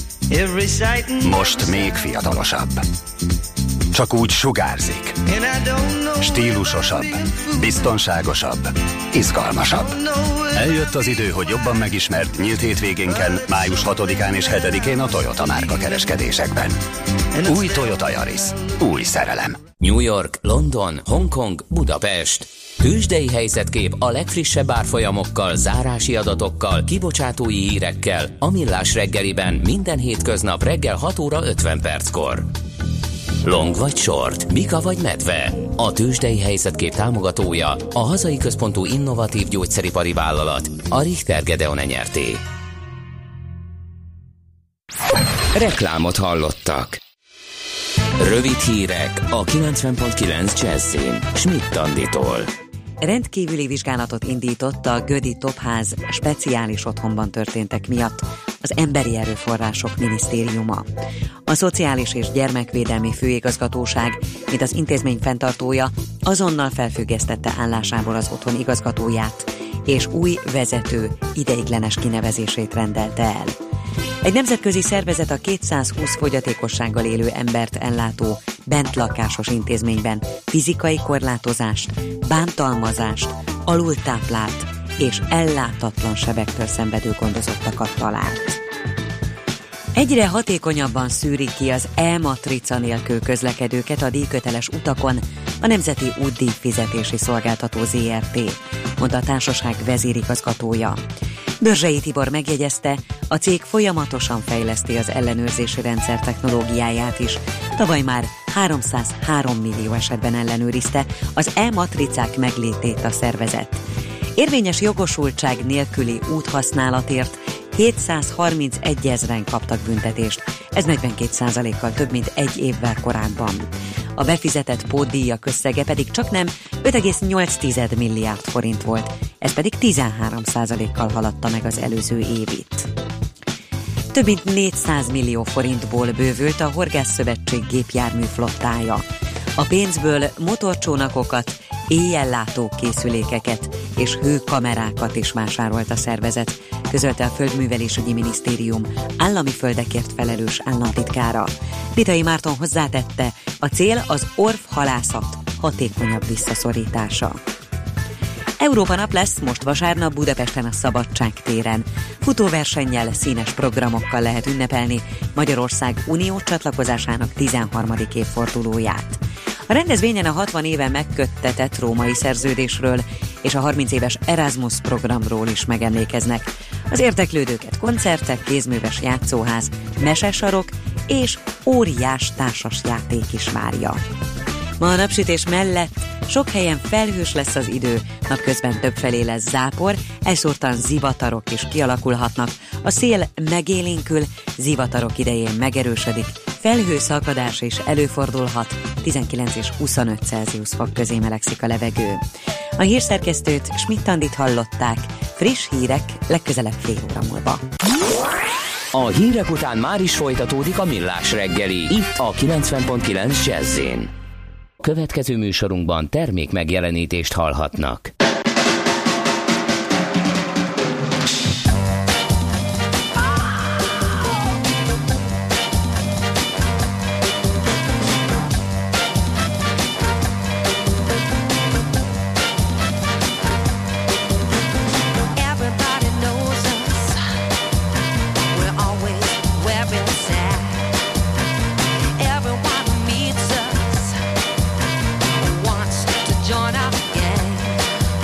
Most még fiatalosabb. Csak úgy sugárzik. Stílusosabb, biztonságosabb, izgalmasabb. Eljött az idő, hogy jobban megismert nyílt hétvégénken, május hatodikán és hetedikén a Toyota márka kereskedésekben. Új Toyota Yaris. Új szerelem. New York, London, Hongkong, Budapest. Tőzsdei helyzetkép a legfrissebb árfolyamokkal, zárási adatokkal, kibocsátói hírekkel a Millás reggeliben minden hétköznap reggel hat óra ötven perckor. Long vagy short? Bika vagy medve? A tőzsdei helyzetkép támogatója, a hazai központú innovatív gyógyszeripari vállalat, a Richter Gedeon Nyrt. Reklámot hallottak. Rövid hírek a kilencven pont kilenc Jazzin. Schmidt Anditól. Rendkívüli vizsgálatot indított a Gödi Topház speciális otthonban történtek miatt az Emberi Erőforrások Minisztériuma. A Szociális és Gyermekvédelmi Főigazgatóság, mint az intézmény fenntartója, azonnal felfüggesztette állásából az otthon igazgatóját, és új vezető ideiglenes kinevezését rendelte el. Egy nemzetközi szervezet a kétszázhúsz fogyatékossággal élő embert ellátó bentlakásos intézményben fizikai korlátozást, bántalmazást, alultáplált és ellátatlan sebektől szenvedő gondozottakat talált. Egyre hatékonyabban szűrik ki az e-matrica nélkül közlekedőket a díjköteles utakon a Nemzeti Útdíj-fizetési Szolgáltató zé er té, mondta a társaság vezérigazgatója. Dörzsei Tibor megjegyezte, a cég folyamatosan fejleszti az ellenőrzési rendszer technológiáját is. Tavaly már háromszázhárom millió esetben ellenőrizte az e-matricák meglétét a szervezet. Érvényes jogosultság nélküli úthasználatért hétszázharmincegy ezren kaptak büntetést, ez negyvenkét százalékkal több, mint egy évvel korábban. A befizetett pótdíjak összege pedig csaknem öt egész nyolc milliárd forint volt, ez pedig tizenhárom százalékkal haladta meg az előző évit. Több mint négyszáz millió forintból bővült a Horgászszövetség gépjármű flottája. A pénzből motorcsónakokat, éjjellátó készülékeket és hőkamerákat is vásárolt a szervezet, közölte a Földművelésügyi Minisztérium állami földekért felelős államtitkára. Vitai Márton hozzátette, a cél az orvhalászat hatékonyabb visszaszorítása. Európa nap lesz most vasárnap Budapesten a Szabadság téren. Futóversennyel, színes programokkal lehet ünnepelni Magyarország unió csatlakozásának tizenharmadik évfordulóját. A rendezvényen a hatvan éve megköttetett római szerződésről és a harminc éves Erasmus programról is megemlékeznek. Az érdeklődőket koncertek, kézműves játszóház, mesesarok és óriás társasjáték is várja. Ma a napsütés mellett sok helyen felhős lesz az idő, napközben többfelé lesz zápor, elszórtan zivatarok is kialakulhatnak, a szél megélénkül, zivatarok idején megerősödik, felhőszakadás is előfordulhat, tizenkilenc és huszonöt Celsius fok közé melegszik a levegő. A hírszerkesztőt, Schmidt Andit hallották, friss hírek legközelebb fél óra múlva. A hírek után már is folytatódik a Millás reggeli, itt a kilencven pont kilenc Jazz-in. Következő műsorunkban termék megjelenítést hallhatnak. Join up, yeah.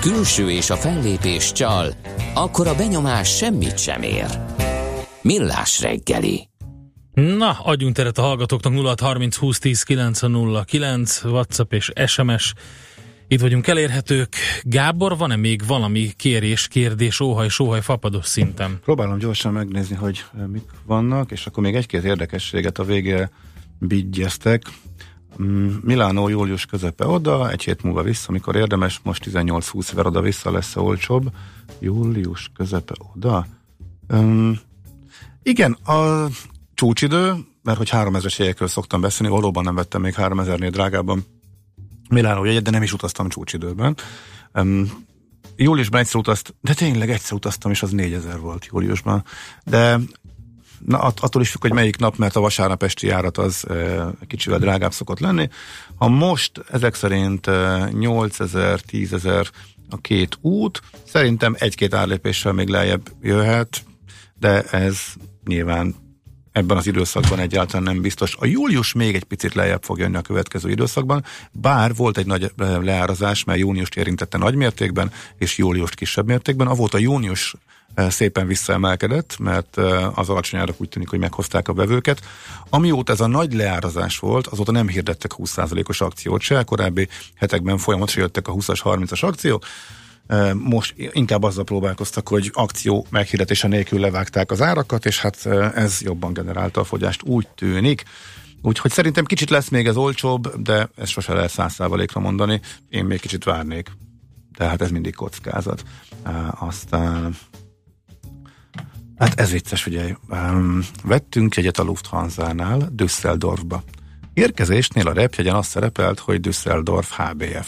külső és a fellépés csal, akkor a benyomás semmit sem ér. Millás reggeli. Na, adjunk teret a hallgatóknak. Nulla hat harminc húsz tíz kilenc nulla kilenc WhatsApp és es em es. Itt vagyunk elérhetők. Gábor, van-e még valami kérés, kérdés, óhaj, sóhaj, fapados szinten? Próbálom gyorsan megnézni, hogy mik vannak, és akkor még egy-két érdekességet a végére bigyeztek. Milánó július közepe oda, egy hét múlva vissza, amikor érdemes, most tizennyolc-húsz éve oda-vissza lesz olcsóbb. Július közepe oda. Um, igen, a csúcsidő, mert hogy háromezres jegyekről szoktam beszélni, valóban nem vettem még háromezernél drágában Milánó jegyet, de nem is utaztam csúcsidőben. Um, júliusban egyszer utaztam, de tényleg egyszer utaztam, és az négyezer volt júliusban. De na, att- attól is függ, hogy melyik nap, mert a vasárnap esti járat az e, kicsivel drágább szokott lenni. Ha most ezek szerint e, nyolcezer, tízezer a két út, szerintem egy-két árlépéssel még lejjebb jöhet, de ez nyilván ebben az időszakban egyáltalán nem biztos. A július még egy picit lejjebb fog jönni a következő időszakban, bár volt egy nagy leárazás, mert júniust érintette nagy mértékben, és júliust kisebb mértékben. A volt a június szépen visszaemelkedett, mert az alacsony árak úgy tűnik, hogy meghozták a vevőket. Amióta ez a nagy leárazás volt, azóta nem hirdettek húsz százalékos akciót se, korábbi hetekben folyamatosan jöttek a húszas, harmincas akciók. Most inkább azzal próbálkoztak, hogy akció meghirdetése nélkül levágták az árakat, és hát ez jobban generálta a fogyást, úgy tűnik. Úgyhogy szerintem kicsit lesz még ez olcsóbb, de ezt sose lehet száz százalékra mondani. Én még kicsit várnék. De hát ez mindig kockázat. Aztán hát ez vicces, ugye. Vettünk jegyet a Lufthansa-nál Düsseldorfba. Érkezésnél a repjegyen azt szerepelt, hogy Düsseldorf há bé ef.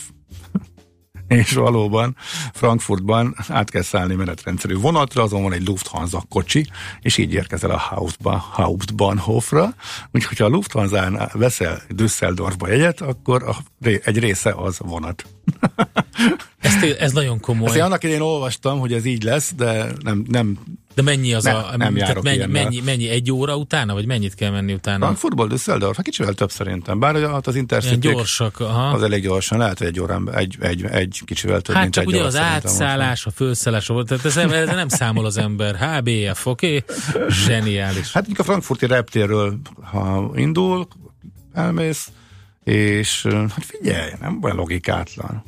És valóban Frankfurtban át kell szállni menetrendszerű vonatra, azon van egy Lufthansa kocsi, és így érkezel a Hauptba, Hauptbahnhofra. Úgyhogy ha a Lufthansa-n veszel Düsseldorfba jegyet, akkor a, egy része az vonat. Ez, ez nagyon komoly. Ezt én annak idején olvastam, hogy ez így lesz, de nem... nem de mennyi az nem, a... Nem tehát mennyi, mennyi, mennyi, egy óra utána, vagy mennyit kell menni utána? Frankfurtból Düsseldorf, hát kicsivel több szerintem. Bár az Intercity gyorsak, aha. Az elég gyorsan, lehet, hogy egy órán, egy, egy, egy kicsivel több, hát mint egy ugye óra az átszállás, a fölszállás, tehát ez, ez nem számol az ember. há bé ef, oké? Okay? Zseniális. Hát a frankfurti reptérről, ha indul, elmész, és hát figyelj, nem olyan logikátlan.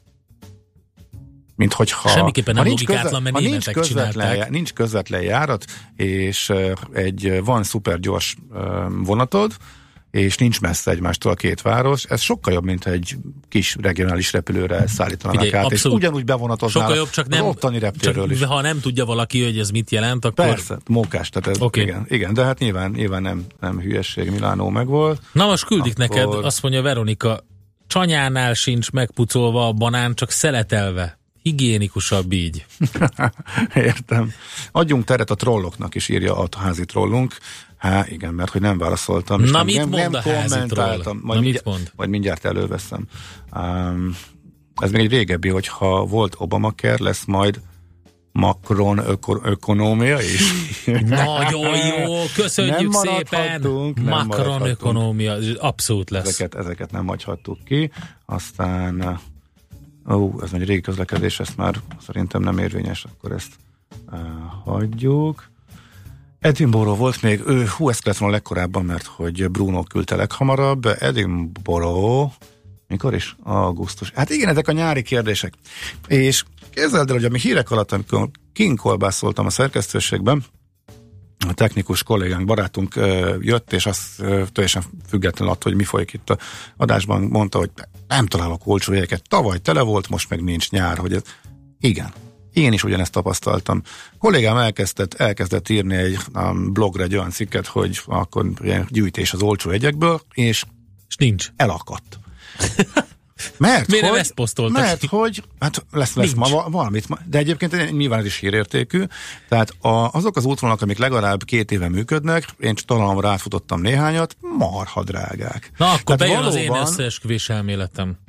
Mint hogyha... Semmiképpen nem ha logikátlan, mert németek csinálták. Nincs közvetlen járat, és egy, van szuper gyors vonatod, és nincs messze egymástól a két város, ez sokkal jobb, mint egy kis regionális repülőre szállítanak Figyelj, át, abszolút. és ugyanúgy bevonatoznál sokkal jobb, csak nem, az ottani reptérről csak, is. Ha nem tudja valaki, hogy ez mit jelent, akkor... Persze, mókás, tehát ez, okay. igen, igen, de hát nyilván, nyilván nem, nem hülyesség, Milánó megvolt. Na most küldik akkor... neked, azt mondja Veronika, csanyánál sincs megpucolva a banán, csak szeletelve. Higiénikusabb így. Értem. Adjunk teret a trolloknak is, írja a házi trollunk. Há, igen, mert hogy nem válaszoltam. Na nem, mit nem, mond nem a házi troll? Majd, Na mindjárt, mit mond? majd mindjárt előveszem. Um, ez még egy régebbi, hogyha volt Obamacare, lesz majd Macron öko- ökonómia is. Nagyon jó, köszönjük nem szépen. nem Macron ökonómia, abszolút lesz. Ezeket, ezeket nem hagyhattuk ki. Aztán ó, ez egy régi közlekedés, ezt már szerintem nem érvényes, akkor ezt uh, hagyjuk. Edinburgh volt még, ő, hú, ezt kellett volna legkorábban, mert hogy Bruno küldte leghamarabb. Edinburgh, mikor is? Augusztus. Hát igen, ezek a nyári kérdések. És képzeld el, hogy ami hírek alatt, amikor kinkolbászoltam a szerkesztőségben, a technikus kollégánk, barátunk uh, jött, és azt uh, teljesen függetlenül attól, hogy mi folyik itt a adásban, mondta, hogy nem találok olcsó jegyeket. Tavaly tele volt, most meg nincs nyár, hogy ez... Igen. Én is ugyanezt tapasztaltam. A kollégám elkezdett, elkezdett írni egy um, blogra egy olyan cikket, hogy akkor gyűjtés az olcsó jegyekből, és, és nincs. Elakadt. Mert Miért hogy, nem ezt posztoltak? Mert hogy, hát lesz, lesz ma valamit, de egyébként nyilván ez is hírértékű, tehát a, azok az útvonalak, amik legalább két éve működnek, én talán rátfutottam néhányat, marha drágák. Na akkor tehát bejön valóban... az én összeesküvés elméletem.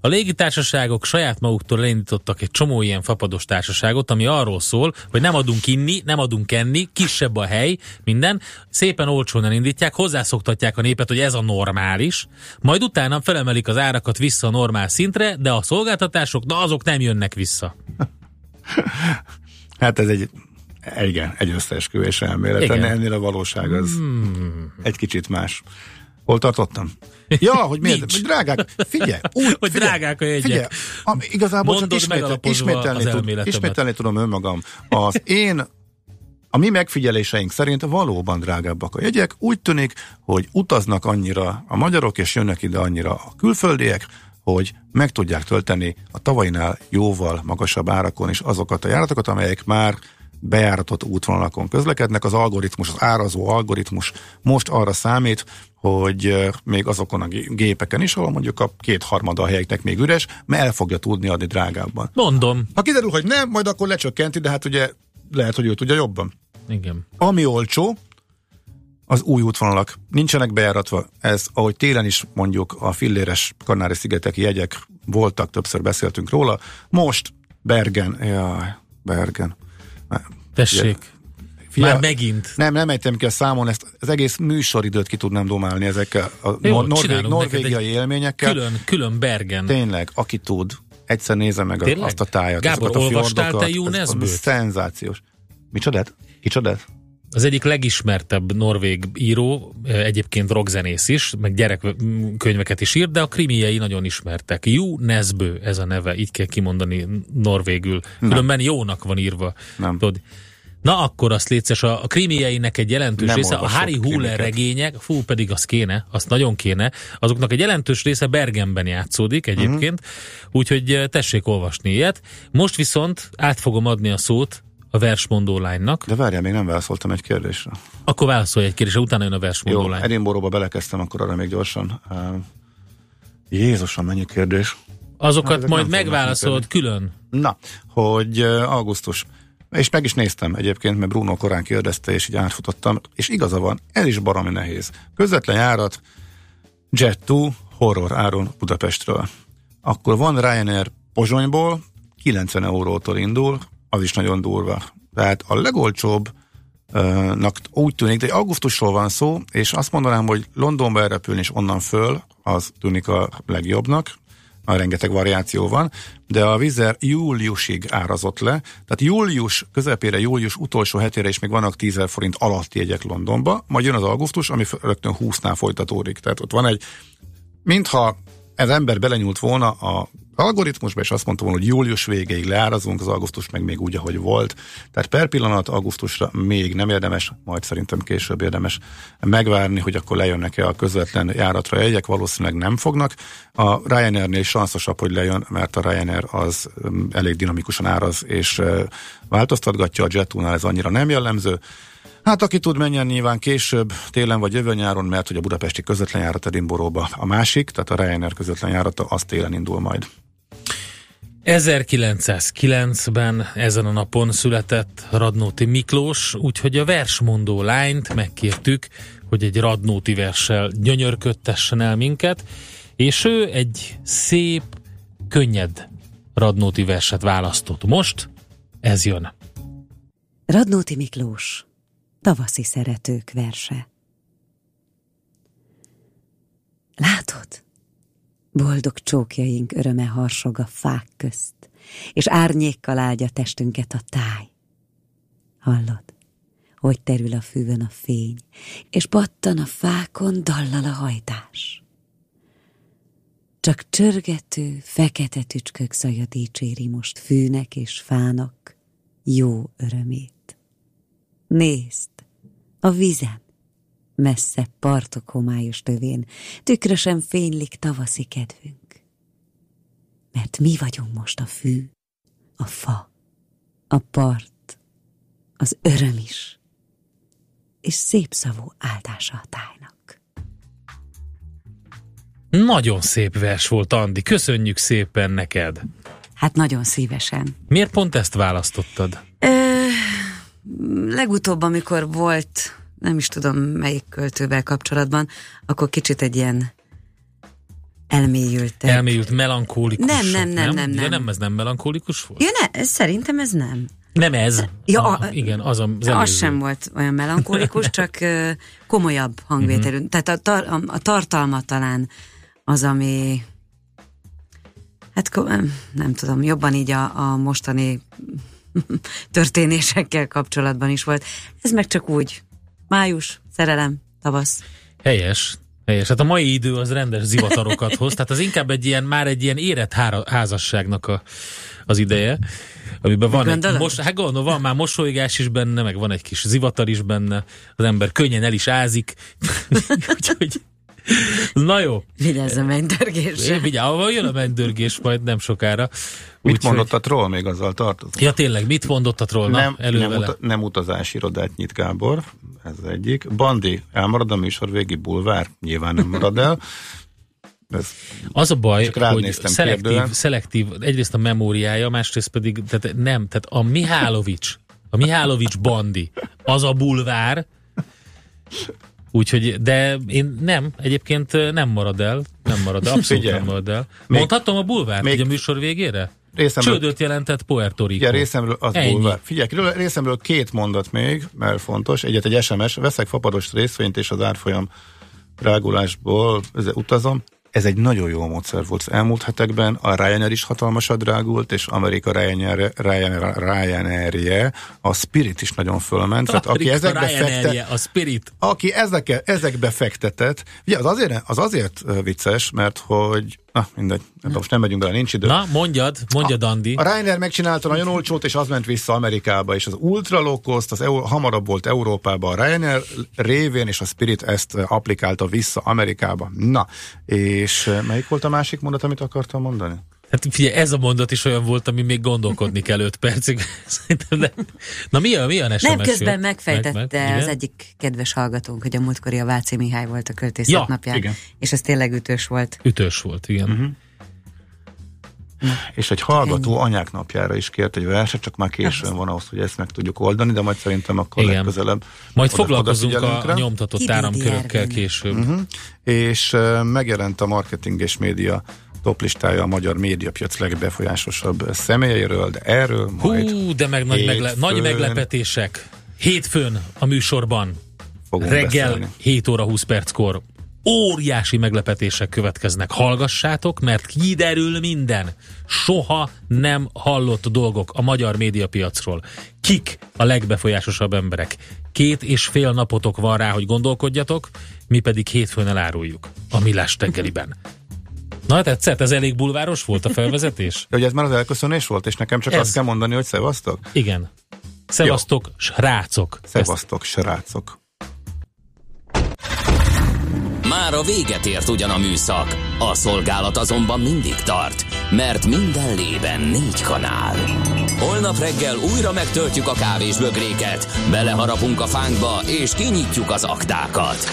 A légitársaságok saját maguktól elindítottak egy csomó ilyen fapados társaságot, ami arról szól, hogy nem adunk inni, nem adunk enni, kisebb a hely, minden, szépen olcsón elindítják, hozzászoktatják a népet, hogy ez a normális, majd utána felemelik az árakat vissza a normál szintre, de a szolgáltatások, na azok nem jönnek vissza. Hát ez egy, igen, egy összeesküvés elmélet, ennél a valóság az hmm. egy kicsit más. Hol tartottam? Ja, hogy miért? Hogy drágák, figyelj! Úgy, hogy figyelj, drágák a jegyek. Figyelj, am, igazából Mondod csak ismétel, ismételni, tud, ismételni tudom önmagam. Az én, a mi megfigyeléseink szerint valóban drágábbak a jegyek. Úgy tűnik, hogy utaznak annyira a magyarok, és jönnek ide annyira a külföldiek, hogy meg tudják tölteni a tavainál jóval magasabb árakon is azokat a járatokat, amelyek már bejáratott útvonalakon közlekednek. Az algoritmus, az árazó algoritmus most arra számít, hogy még azokon a gépeken is, ahol mondjuk a kétharmada a helyeknek még üres, mert el fogja tudni adni drágábban. Mondom. Ha kiderül, hogy nem, majd akkor lecsökkenti, de hát ugye lehet, hogy ő tudja jobban. Igen. Ami olcsó, az új útvonalak nincsenek bejáratva. Ez, ahogy télen is mondjuk a filléres Kanári-szigeteki jegyek voltak, többször beszéltünk róla. Most Bergen, jaj, Bergen. Tessék. Figyelj, már megint. Nem, nem ejtem ki a számon, ezt az egész műsoridőt ki tudnám domálni ezekkel a Jó, nor- norvég, norvégiai élményekkel. Külön, külön Bergen. Tényleg, aki tud, egyszer nézze meg a, azt a tájat. Gábor, olvastál te Jó Nesbőt? Szenzációs. Micsodát? Kicsodát? Az egyik legismertebb norvég író, egyébként rockzenész is, meg gyerekkönyveket is írt, de a krimiei nagyon ismertek. Jó Nesbø, ez a neve, így kell kimondani norvégül. Különben jónak van írva. Nem. Tudod, na akkor azt létszes, a, a krimieinek egy jelentős nem része, a Harry Hole regények, fú, pedig az kéne, azt nagyon kéne, azoknak egy jelentős része Bergenben játszódik egyébként, uh-huh. úgyhogy tessék olvasni ilyet. Most viszont át fogom adni a szót a versmondó lánynak. De várjál, még nem válaszoltam egy kérdésre. Akkor válaszolj egy kérdésre, utána jön a versmondó Jó, lány. Edinburghba belekezdtem, akkor arra még gyorsan. Uh, Jézusom, mennyi kérdés. Azokat hát, majd megválaszolod külön. Na, hogy uh, augusztus. És meg is néztem egyébként, mert Bruno korán kérdezte, és így átfutottam, és igaza van, ez is baromi nehéz. Közvetlen járat, Jet kettő, horror áron Budapestről. Akkor van Ryanair Pozsonyból, kilencven eurótól indul, az is nagyon durva. Tehát a legolcsóbbnak úgy tűnik, de augusztusról van szó, és azt mondanám, hogy Londonba elrepülni és onnan föl, az tűnik a legjobbnak, a rengeteg variáció van, de a Wizz Air júliusig árazott le, tehát július közepére, július utolsó hetére is még vannak tízezer forint alatti jegyek Londonba, majd jön az augusztus, ami rögtön húsznál folytatódik. Tehát ott van egy, mintha ez ember belenyúlt volna a algoritmusba, és azt mondta volna, hogy július végéig leárazunk, az augusztus meg még úgy, ahogy volt. Tehát per pillanat augusztusra még nem érdemes, majd szerintem később érdemes megvárni, hogy akkor lejönnek-e a közvetlen járatra jegyek, valószínűleg nem fognak. A Ryanairnél sanszosabb, hogy lejön, mert a Ryanair az elég dinamikusan áraz, és változtatgatja, a Jet kettőnál ez annyira nem jellemző. Hát aki tud, menjen nyilván később, télen vagy jövő nyáron, mert hogy a budapesti közvetlen járat Edinburghba a másik, tehát a Ryanair közvetlen járata, az télen indul majd. ezerkilencszázkilencben ezen a napon született Radnóti Miklós, úgyhogy a versmondó lányt megkértük, hogy egy radnóti verssel gyönyörködtessen el minket, és ő egy szép, könnyed Radnóti verset választott. Most ez jön. Radnóti Miklós, tavaszi szeretők verse. Látod? Boldog csókjaink öröme harsog a fák közt, és árnyékkal áldja testünket a táj. Hallod, hogy terül a füvön a fény, és pattan a fákon dallal a hajtás. Csak csörgető, fekete tücskök szaja dicséri most fűnek és fának jó örömét. Nézd, a vizen, messze partok homályos tövén, tükrösen fénylik tavaszi kedvünk. Mert mi vagyunk most a fű, a fa, a part, az öröm is, és szép szavú áldása a tájnak. Nagyon szép vers volt, Andi. Köszönjük szépen neked. Hát nagyon szívesen. Miért pont ezt választottad? Ö, legutóbb, amikor volt, nem is tudom melyik költővel kapcsolatban, akkor kicsit egy ilyen elmélyült. Elmélyült, melankólikus. Nem, nem, nem, nem, nem. Ja, nem, ez nem melankólikus volt? Ja, ne, szerintem ez nem. Nem ez. Ja, a, a, igen, az az az előző. sem volt olyan melankólikus, csak uh, komolyabb hangvételű. Uh-huh. Tehát a, tar- a, a tartalma talán az, ami hát nem tudom, jobban így a, a mostani történésekkel kapcsolatban is volt. Ez meg csak úgy május, szerelem, tavasz. Helyes. Helyes. Hát a mai idő az rendes zivatarokat hoz, tehát az inkább egy ilyen, már egy ilyen érett hára, házasságnak a, az ideje, amiben van egy, most, hát gondolom, van már mosolygás is benne, meg van egy kis zivatar is benne, az ember könnyen el is ázik. Úgyhogy na jó. Vigyázz a mennydörgésre. Vigyázz, ahol jön a mennydörgés majd nem sokára. Mit úgy, mondott hogy... a troll, még azzal tartozik? Ja tényleg, mit mondott a troll? Nem, Na, nem, uta, nem utazási irodát nyit Gábor, ez az egyik. Bandi, elmarad a műsor végi bulvár? Nyilván nem marad el. Ez az a baj, hogy szelektív, kérdően. szelektív, egyrészt a memóriája, másrészt pedig tehát nem, tehát a Mihálovics, a Mihálovics Bandi, az a bulvár, úgyhogy, de én nem, egyébként nem marad el, nem marad el, abszolút Figyelj, nem marad el. még, Mondhatom a bulvárt, még, ugye a műsor végére? Részemről, Csődöt jelentett Puerto Rico. Ja, részemről az Ennyi. bulvár. Figyelj, részemről két mondat még, mert fontos. Egyet egy es em es, veszek fapados részvényt és az árfolyam drágulásból utazom. Ez egy nagyon jó módszer volt az elmúlt hetekben. A Ryanair is hatalmasat drágult, és Amerika Ryanair, Ryanair, Ryanair-je, a Spirit is nagyon fölment. Tehát aki ezekbe, fektet, a Spirit. aki ezekbe, ezekbe fektetett, ugye az azért, az azért vicces, mert hogy na, mindegy, most nem megyünk bele, nincs idő. Na, mondjad, mondjad, Andi. A, a Ryanair megcsinálta nagyon olcsót, és az ment vissza Amerikába, és az ultra low cost, az EU, hamarabb volt Európában a Ryanair révén, és a Spirit ezt applikálta vissza Amerikába. Na, és melyik volt a másik mondat, amit akartam mondani? Hát figyelj, ez a mondat is olyan volt, ami még gondolkodni kell öt percig. Na mi a, mi a es em es? Nem, közben megfejtette meg, meg, az egyik kedves hallgatónk, hogy a múltkori a Váci Mihály volt a költészet ja, napján. Igen. És ez tényleg ütős volt. Ütős volt, igen. Uh-huh. És egy hallgató ennyi. Anyák napjára is kért egy verset, csak már későn van ahhoz, hogy ezt meg tudjuk oldani, de majd szerintem akkor igen. legközelebb. Majd oda, foglalkozunk oda a nyomtatott áramkörökkel később. Uh-huh. És uh, megjelent a marketing és média toplistája a magyar médiapiac legbefolyásosabb személyeiről, de erről majd Hú, de meg nagy, megle- nagy meglepetések. Hétfőn a műsorban. Reggel beszélni. hét óra húsz perckor. Óriási meglepetések következnek. Hallgassátok, mert kiderül minden. Soha nem hallott dolgok a magyar médiapiacról. Kik a legbefolyásosabb emberek? Két és fél napotok van rá, hogy gondolkodjatok, mi pedig hétfőn eláruljuk a Millás reggeliben. Na, tetszett? Ez elég bulváros volt a felvezetés? Hogy ez már az elköszönés volt, és nekem csak ez... azt kell mondani, hogy szevasztok? Igen. Szevasztok, srácok. Szevasztok, Ezt... srácok. Már a véget ért ugyan a műszak, a szolgálat azonban mindig tart, mert minden lében négy kanál. Holnap reggel újra megtöltjük a kávésbögréket, beleharapunk a fánkba és kinyitjuk az aktákat.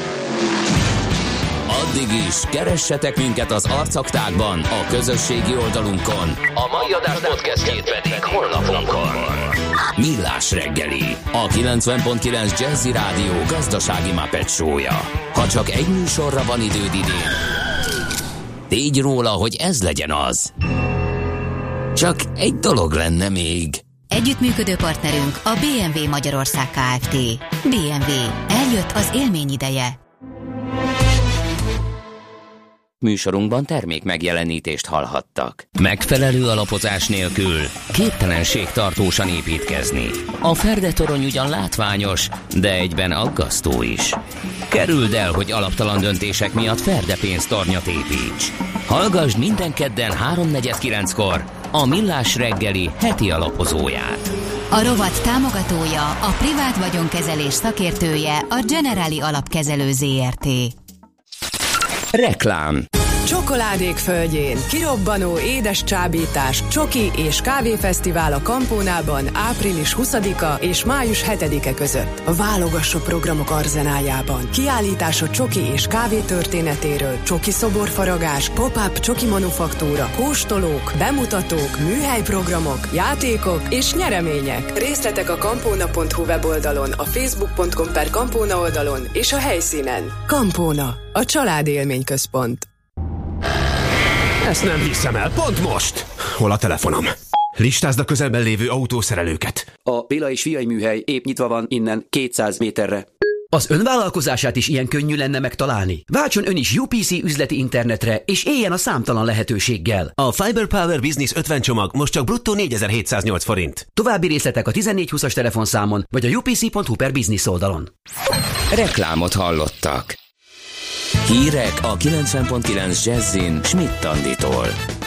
Addig is keressetek minket az arcaktákban, a közösségi oldalunkon. A mai adás podcastjét pedig holnapunkon. Millás reggeli, a kilencven pont kilenc Jazzy Rádió gazdasági Muppet show-ja. Ha csak egy műsorra van időd idén, tégy róla, hogy ez legyen az. Csak egy dolog lenne még. Együttműködő partnerünk a bé em vé Magyarország Kft. bé em vé. Eljött az élmény ideje. Műsorunkban termék megjelenítést hallhattak. Megfelelő alapozás nélkül képtelenség tartósan építkezni. A Ferdetorony ugyan látványos, de egyben aggasztó is. Kerüld el, hogy alaptalan döntések miatt Ferde pénztornyot építs. Hallgasd minden kedden háromnegyed kilenckor a Millás reggeli heti alapozóját. A rovat támogatója, a privát vagyonkezelés szakértője, a Generali Alapkezelő zé er té. Reklám. Csokoládék földjén kirobbanó édes csábítás, csoki és kávéfesztivál a Kampónában április huszadika és május hetedike között. A válogassó programok arzenájában. Kiállítás a csoki és kávé történetéről, csoki szoborfaragás, pop-up csoki manufaktúra, kóstolók, bemutatók, műhelyprogramok, játékok és nyeremények. Részletek a kampóna pont hu weboldalon, a facebook pont com per Kampóna oldalon és a helyszínen. Kampóna, a családélményközpont. Ezt nem hiszem el, pont most! Hol a telefonom? Listázd a közelben lévő autószerelőket. A Béla és Fiai műhely épp nyitva van innen kétszáz méterre. Az önvállalkozását is ilyen könnyű lenne megtalálni? Váltson ön is u pé cé üzleti internetre, és éljen a számtalan lehetőséggel. A Fiber Power Business ötven csomag most csak bruttó négyezer-hétszáznyolc forint. További részletek a tizennégy húszas telefonszámon, vagy a u p c pont hu per business oldalon. Reklámot hallottak. Hírek a kilencven pont kilenc Jazzin Schmidt Anditól.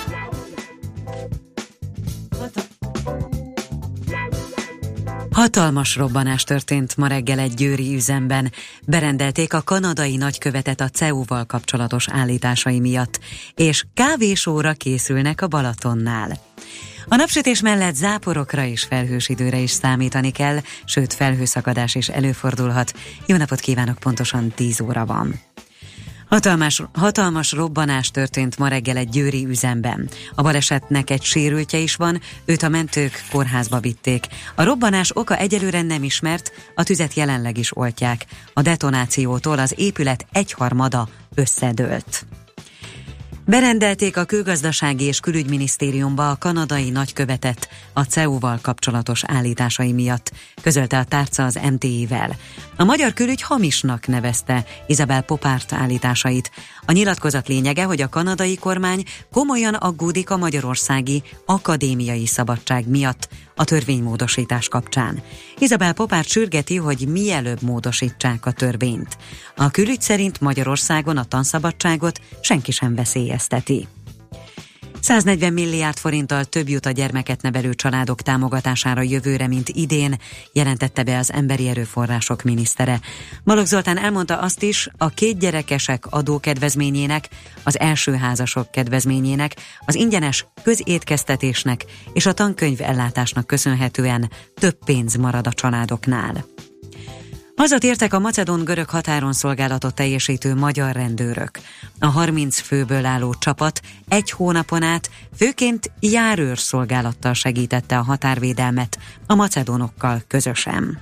Hatalmas robbanás történt ma reggel egy győri üzemben. Berendelték a kanadai nagykövetet a cé e u-val kapcsolatos állításai miatt, és kávésóra készülnek a Balatonnál. A napsütés mellett záporokra és felhős időre is számítani kell, sőt felhőszakadás is előfordulhat. Jó napot kívánok, pontosan tíz óra van. Hatalmas, hatalmas robbanás történt ma reggel egy győri üzemben. A balesetnek egy sérültje is van, őt a mentők kórházba vitték. A robbanás oka egyelőre nem ismert, a tüzet jelenleg is oltják. A detonációtól az épület egyharmada összedőlt. Berendelték a Külgazdasági és Külügyminisztériumba a kanadai nagykövetet a cé e u-val kapcsolatos állításai miatt, közölte a tárca az em té i-vel. A magyar külügy hamisnak nevezte Isabel Popárt állításait. A nyilatkozat lényege, hogy a kanadai kormány komolyan aggódik a magyarországi akadémiai szabadság miatt a törvénymódosítás kapcsán. Isabel Popárt sürgeti, hogy mielőbb módosítsák a törvényt. A külügy szerint Magyarországon a tanszabadságot senki sem veszélyezteti. száznegyven milliárd forinttal több jut a gyermeket nevelő családok támogatására jövőre, mint idén, jelentette be az Emberi Erőforrások minisztere. Balogh Zoltán elmondta azt is, a kétgyerekesek adókedvezményének, az első házasok kedvezményének, az ingyenes közétkeztetésnek és a tankönyv ellátásnak köszönhetően több pénz marad a családoknál. Hazatértek a macedón-görög határon szolgálatot teljesítő magyar rendőrök. A harminc főből álló csapat egy hónapon át főként járőrszolgálattal segítette a határvédelmet a macedónokkal közösen.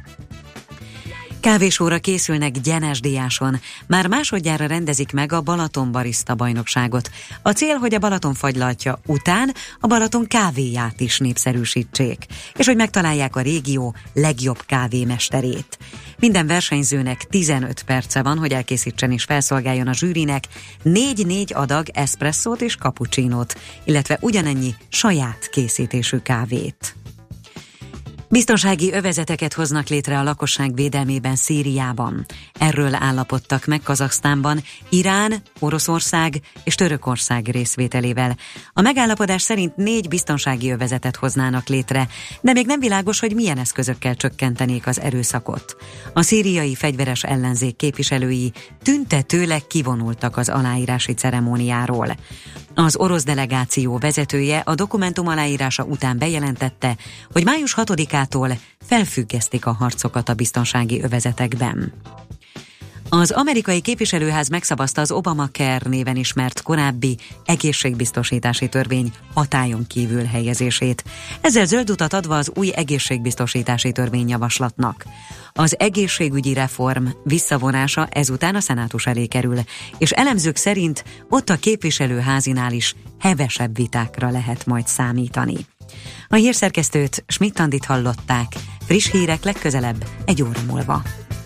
Kávésóra készülnek Gyenes-Diáson. Már másodjára rendezik meg a Balaton Barista bajnokságot. A cél, hogy a Balaton fagylaltja után a Balaton kávéját is népszerűsítsék, és hogy megtalálják a régió legjobb kávémesterét. Minden versenyzőnek tizenöt perce van, hogy elkészítsen és felszolgáljon a zsűrinek négy-négy adag eszpresszót és cappuccinót, illetve ugyanennyi saját készítésű kávét. Biztonsági övezeteket hoznak létre a lakosság védelmében Szíriában. Erről állapodtak meg Kazaksztánban Irán, Oroszország és Törökország részvételével. A megállapodás szerint négy biztonsági övezetet hoznának létre, de még nem világos, hogy milyen eszközökkel csökkentenék az erőszakot. A szíriai fegyveres ellenzék képviselői tüntetőleg kivonultak az aláírási ceremóniáról. Az orosz delegáció vezetője a dokumentum aláírása után bejelentette, hogy május hatodikától felfüggesztik a harcokat a biztonsági övezetekben. Az amerikai képviselőház megszavazta az Obamacare néven ismert korábbi egészségbiztosítási törvény hatályon kívül helyezését. Ezzel zöld utat adva az új egészségbiztosítási törvényjavaslatnak. Az egészségügyi reform visszavonása ezután a szenátus elé kerül, és elemzők szerint ott a képviselőházinál is hevesebb vitákra lehet majd számítani. A hírszerkesztőt, Schmidt Andit hallották. Friss hírek legközelebb egy óra múlva.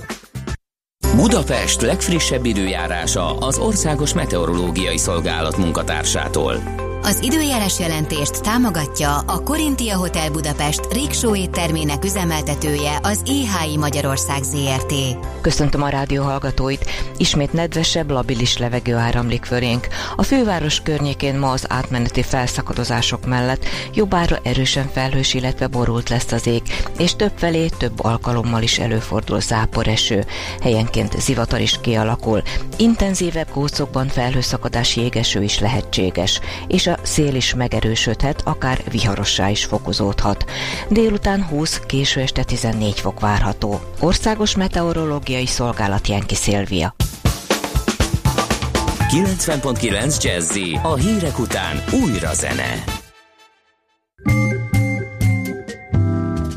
Budapest legfrissebb időjárása az Országos Meteorológiai Szolgálat munkatársától. Az időjárás jelentést támogatja a Korintia Hotel Budapest Riksó éttermének üzemeltetője, az i há i Magyarország Zrt. Köszöntöm a rádió hallgatóit. Ismét nedvesebb, labilis levegő áramlik fölénk. A főváros környékén ma az átmeneti felszakadozások mellett jobbára erősen felhős, illetve borult lesz az ég, és többfelé több alkalommal is előfordul záporeső. Helyenként zivatar is kialakul. Intenzívebb gócokban felhőszakadási jégeső is lehetséges, és a szél is megerősödhet, akár viharossá is fokozódhat. Délután húsz, késő este tizennégy fok várható. Országos Meteorológiai Szolgálat, Jenki Szilvia. kilencven pont kilenc Jazzy, a hírek után újra zene.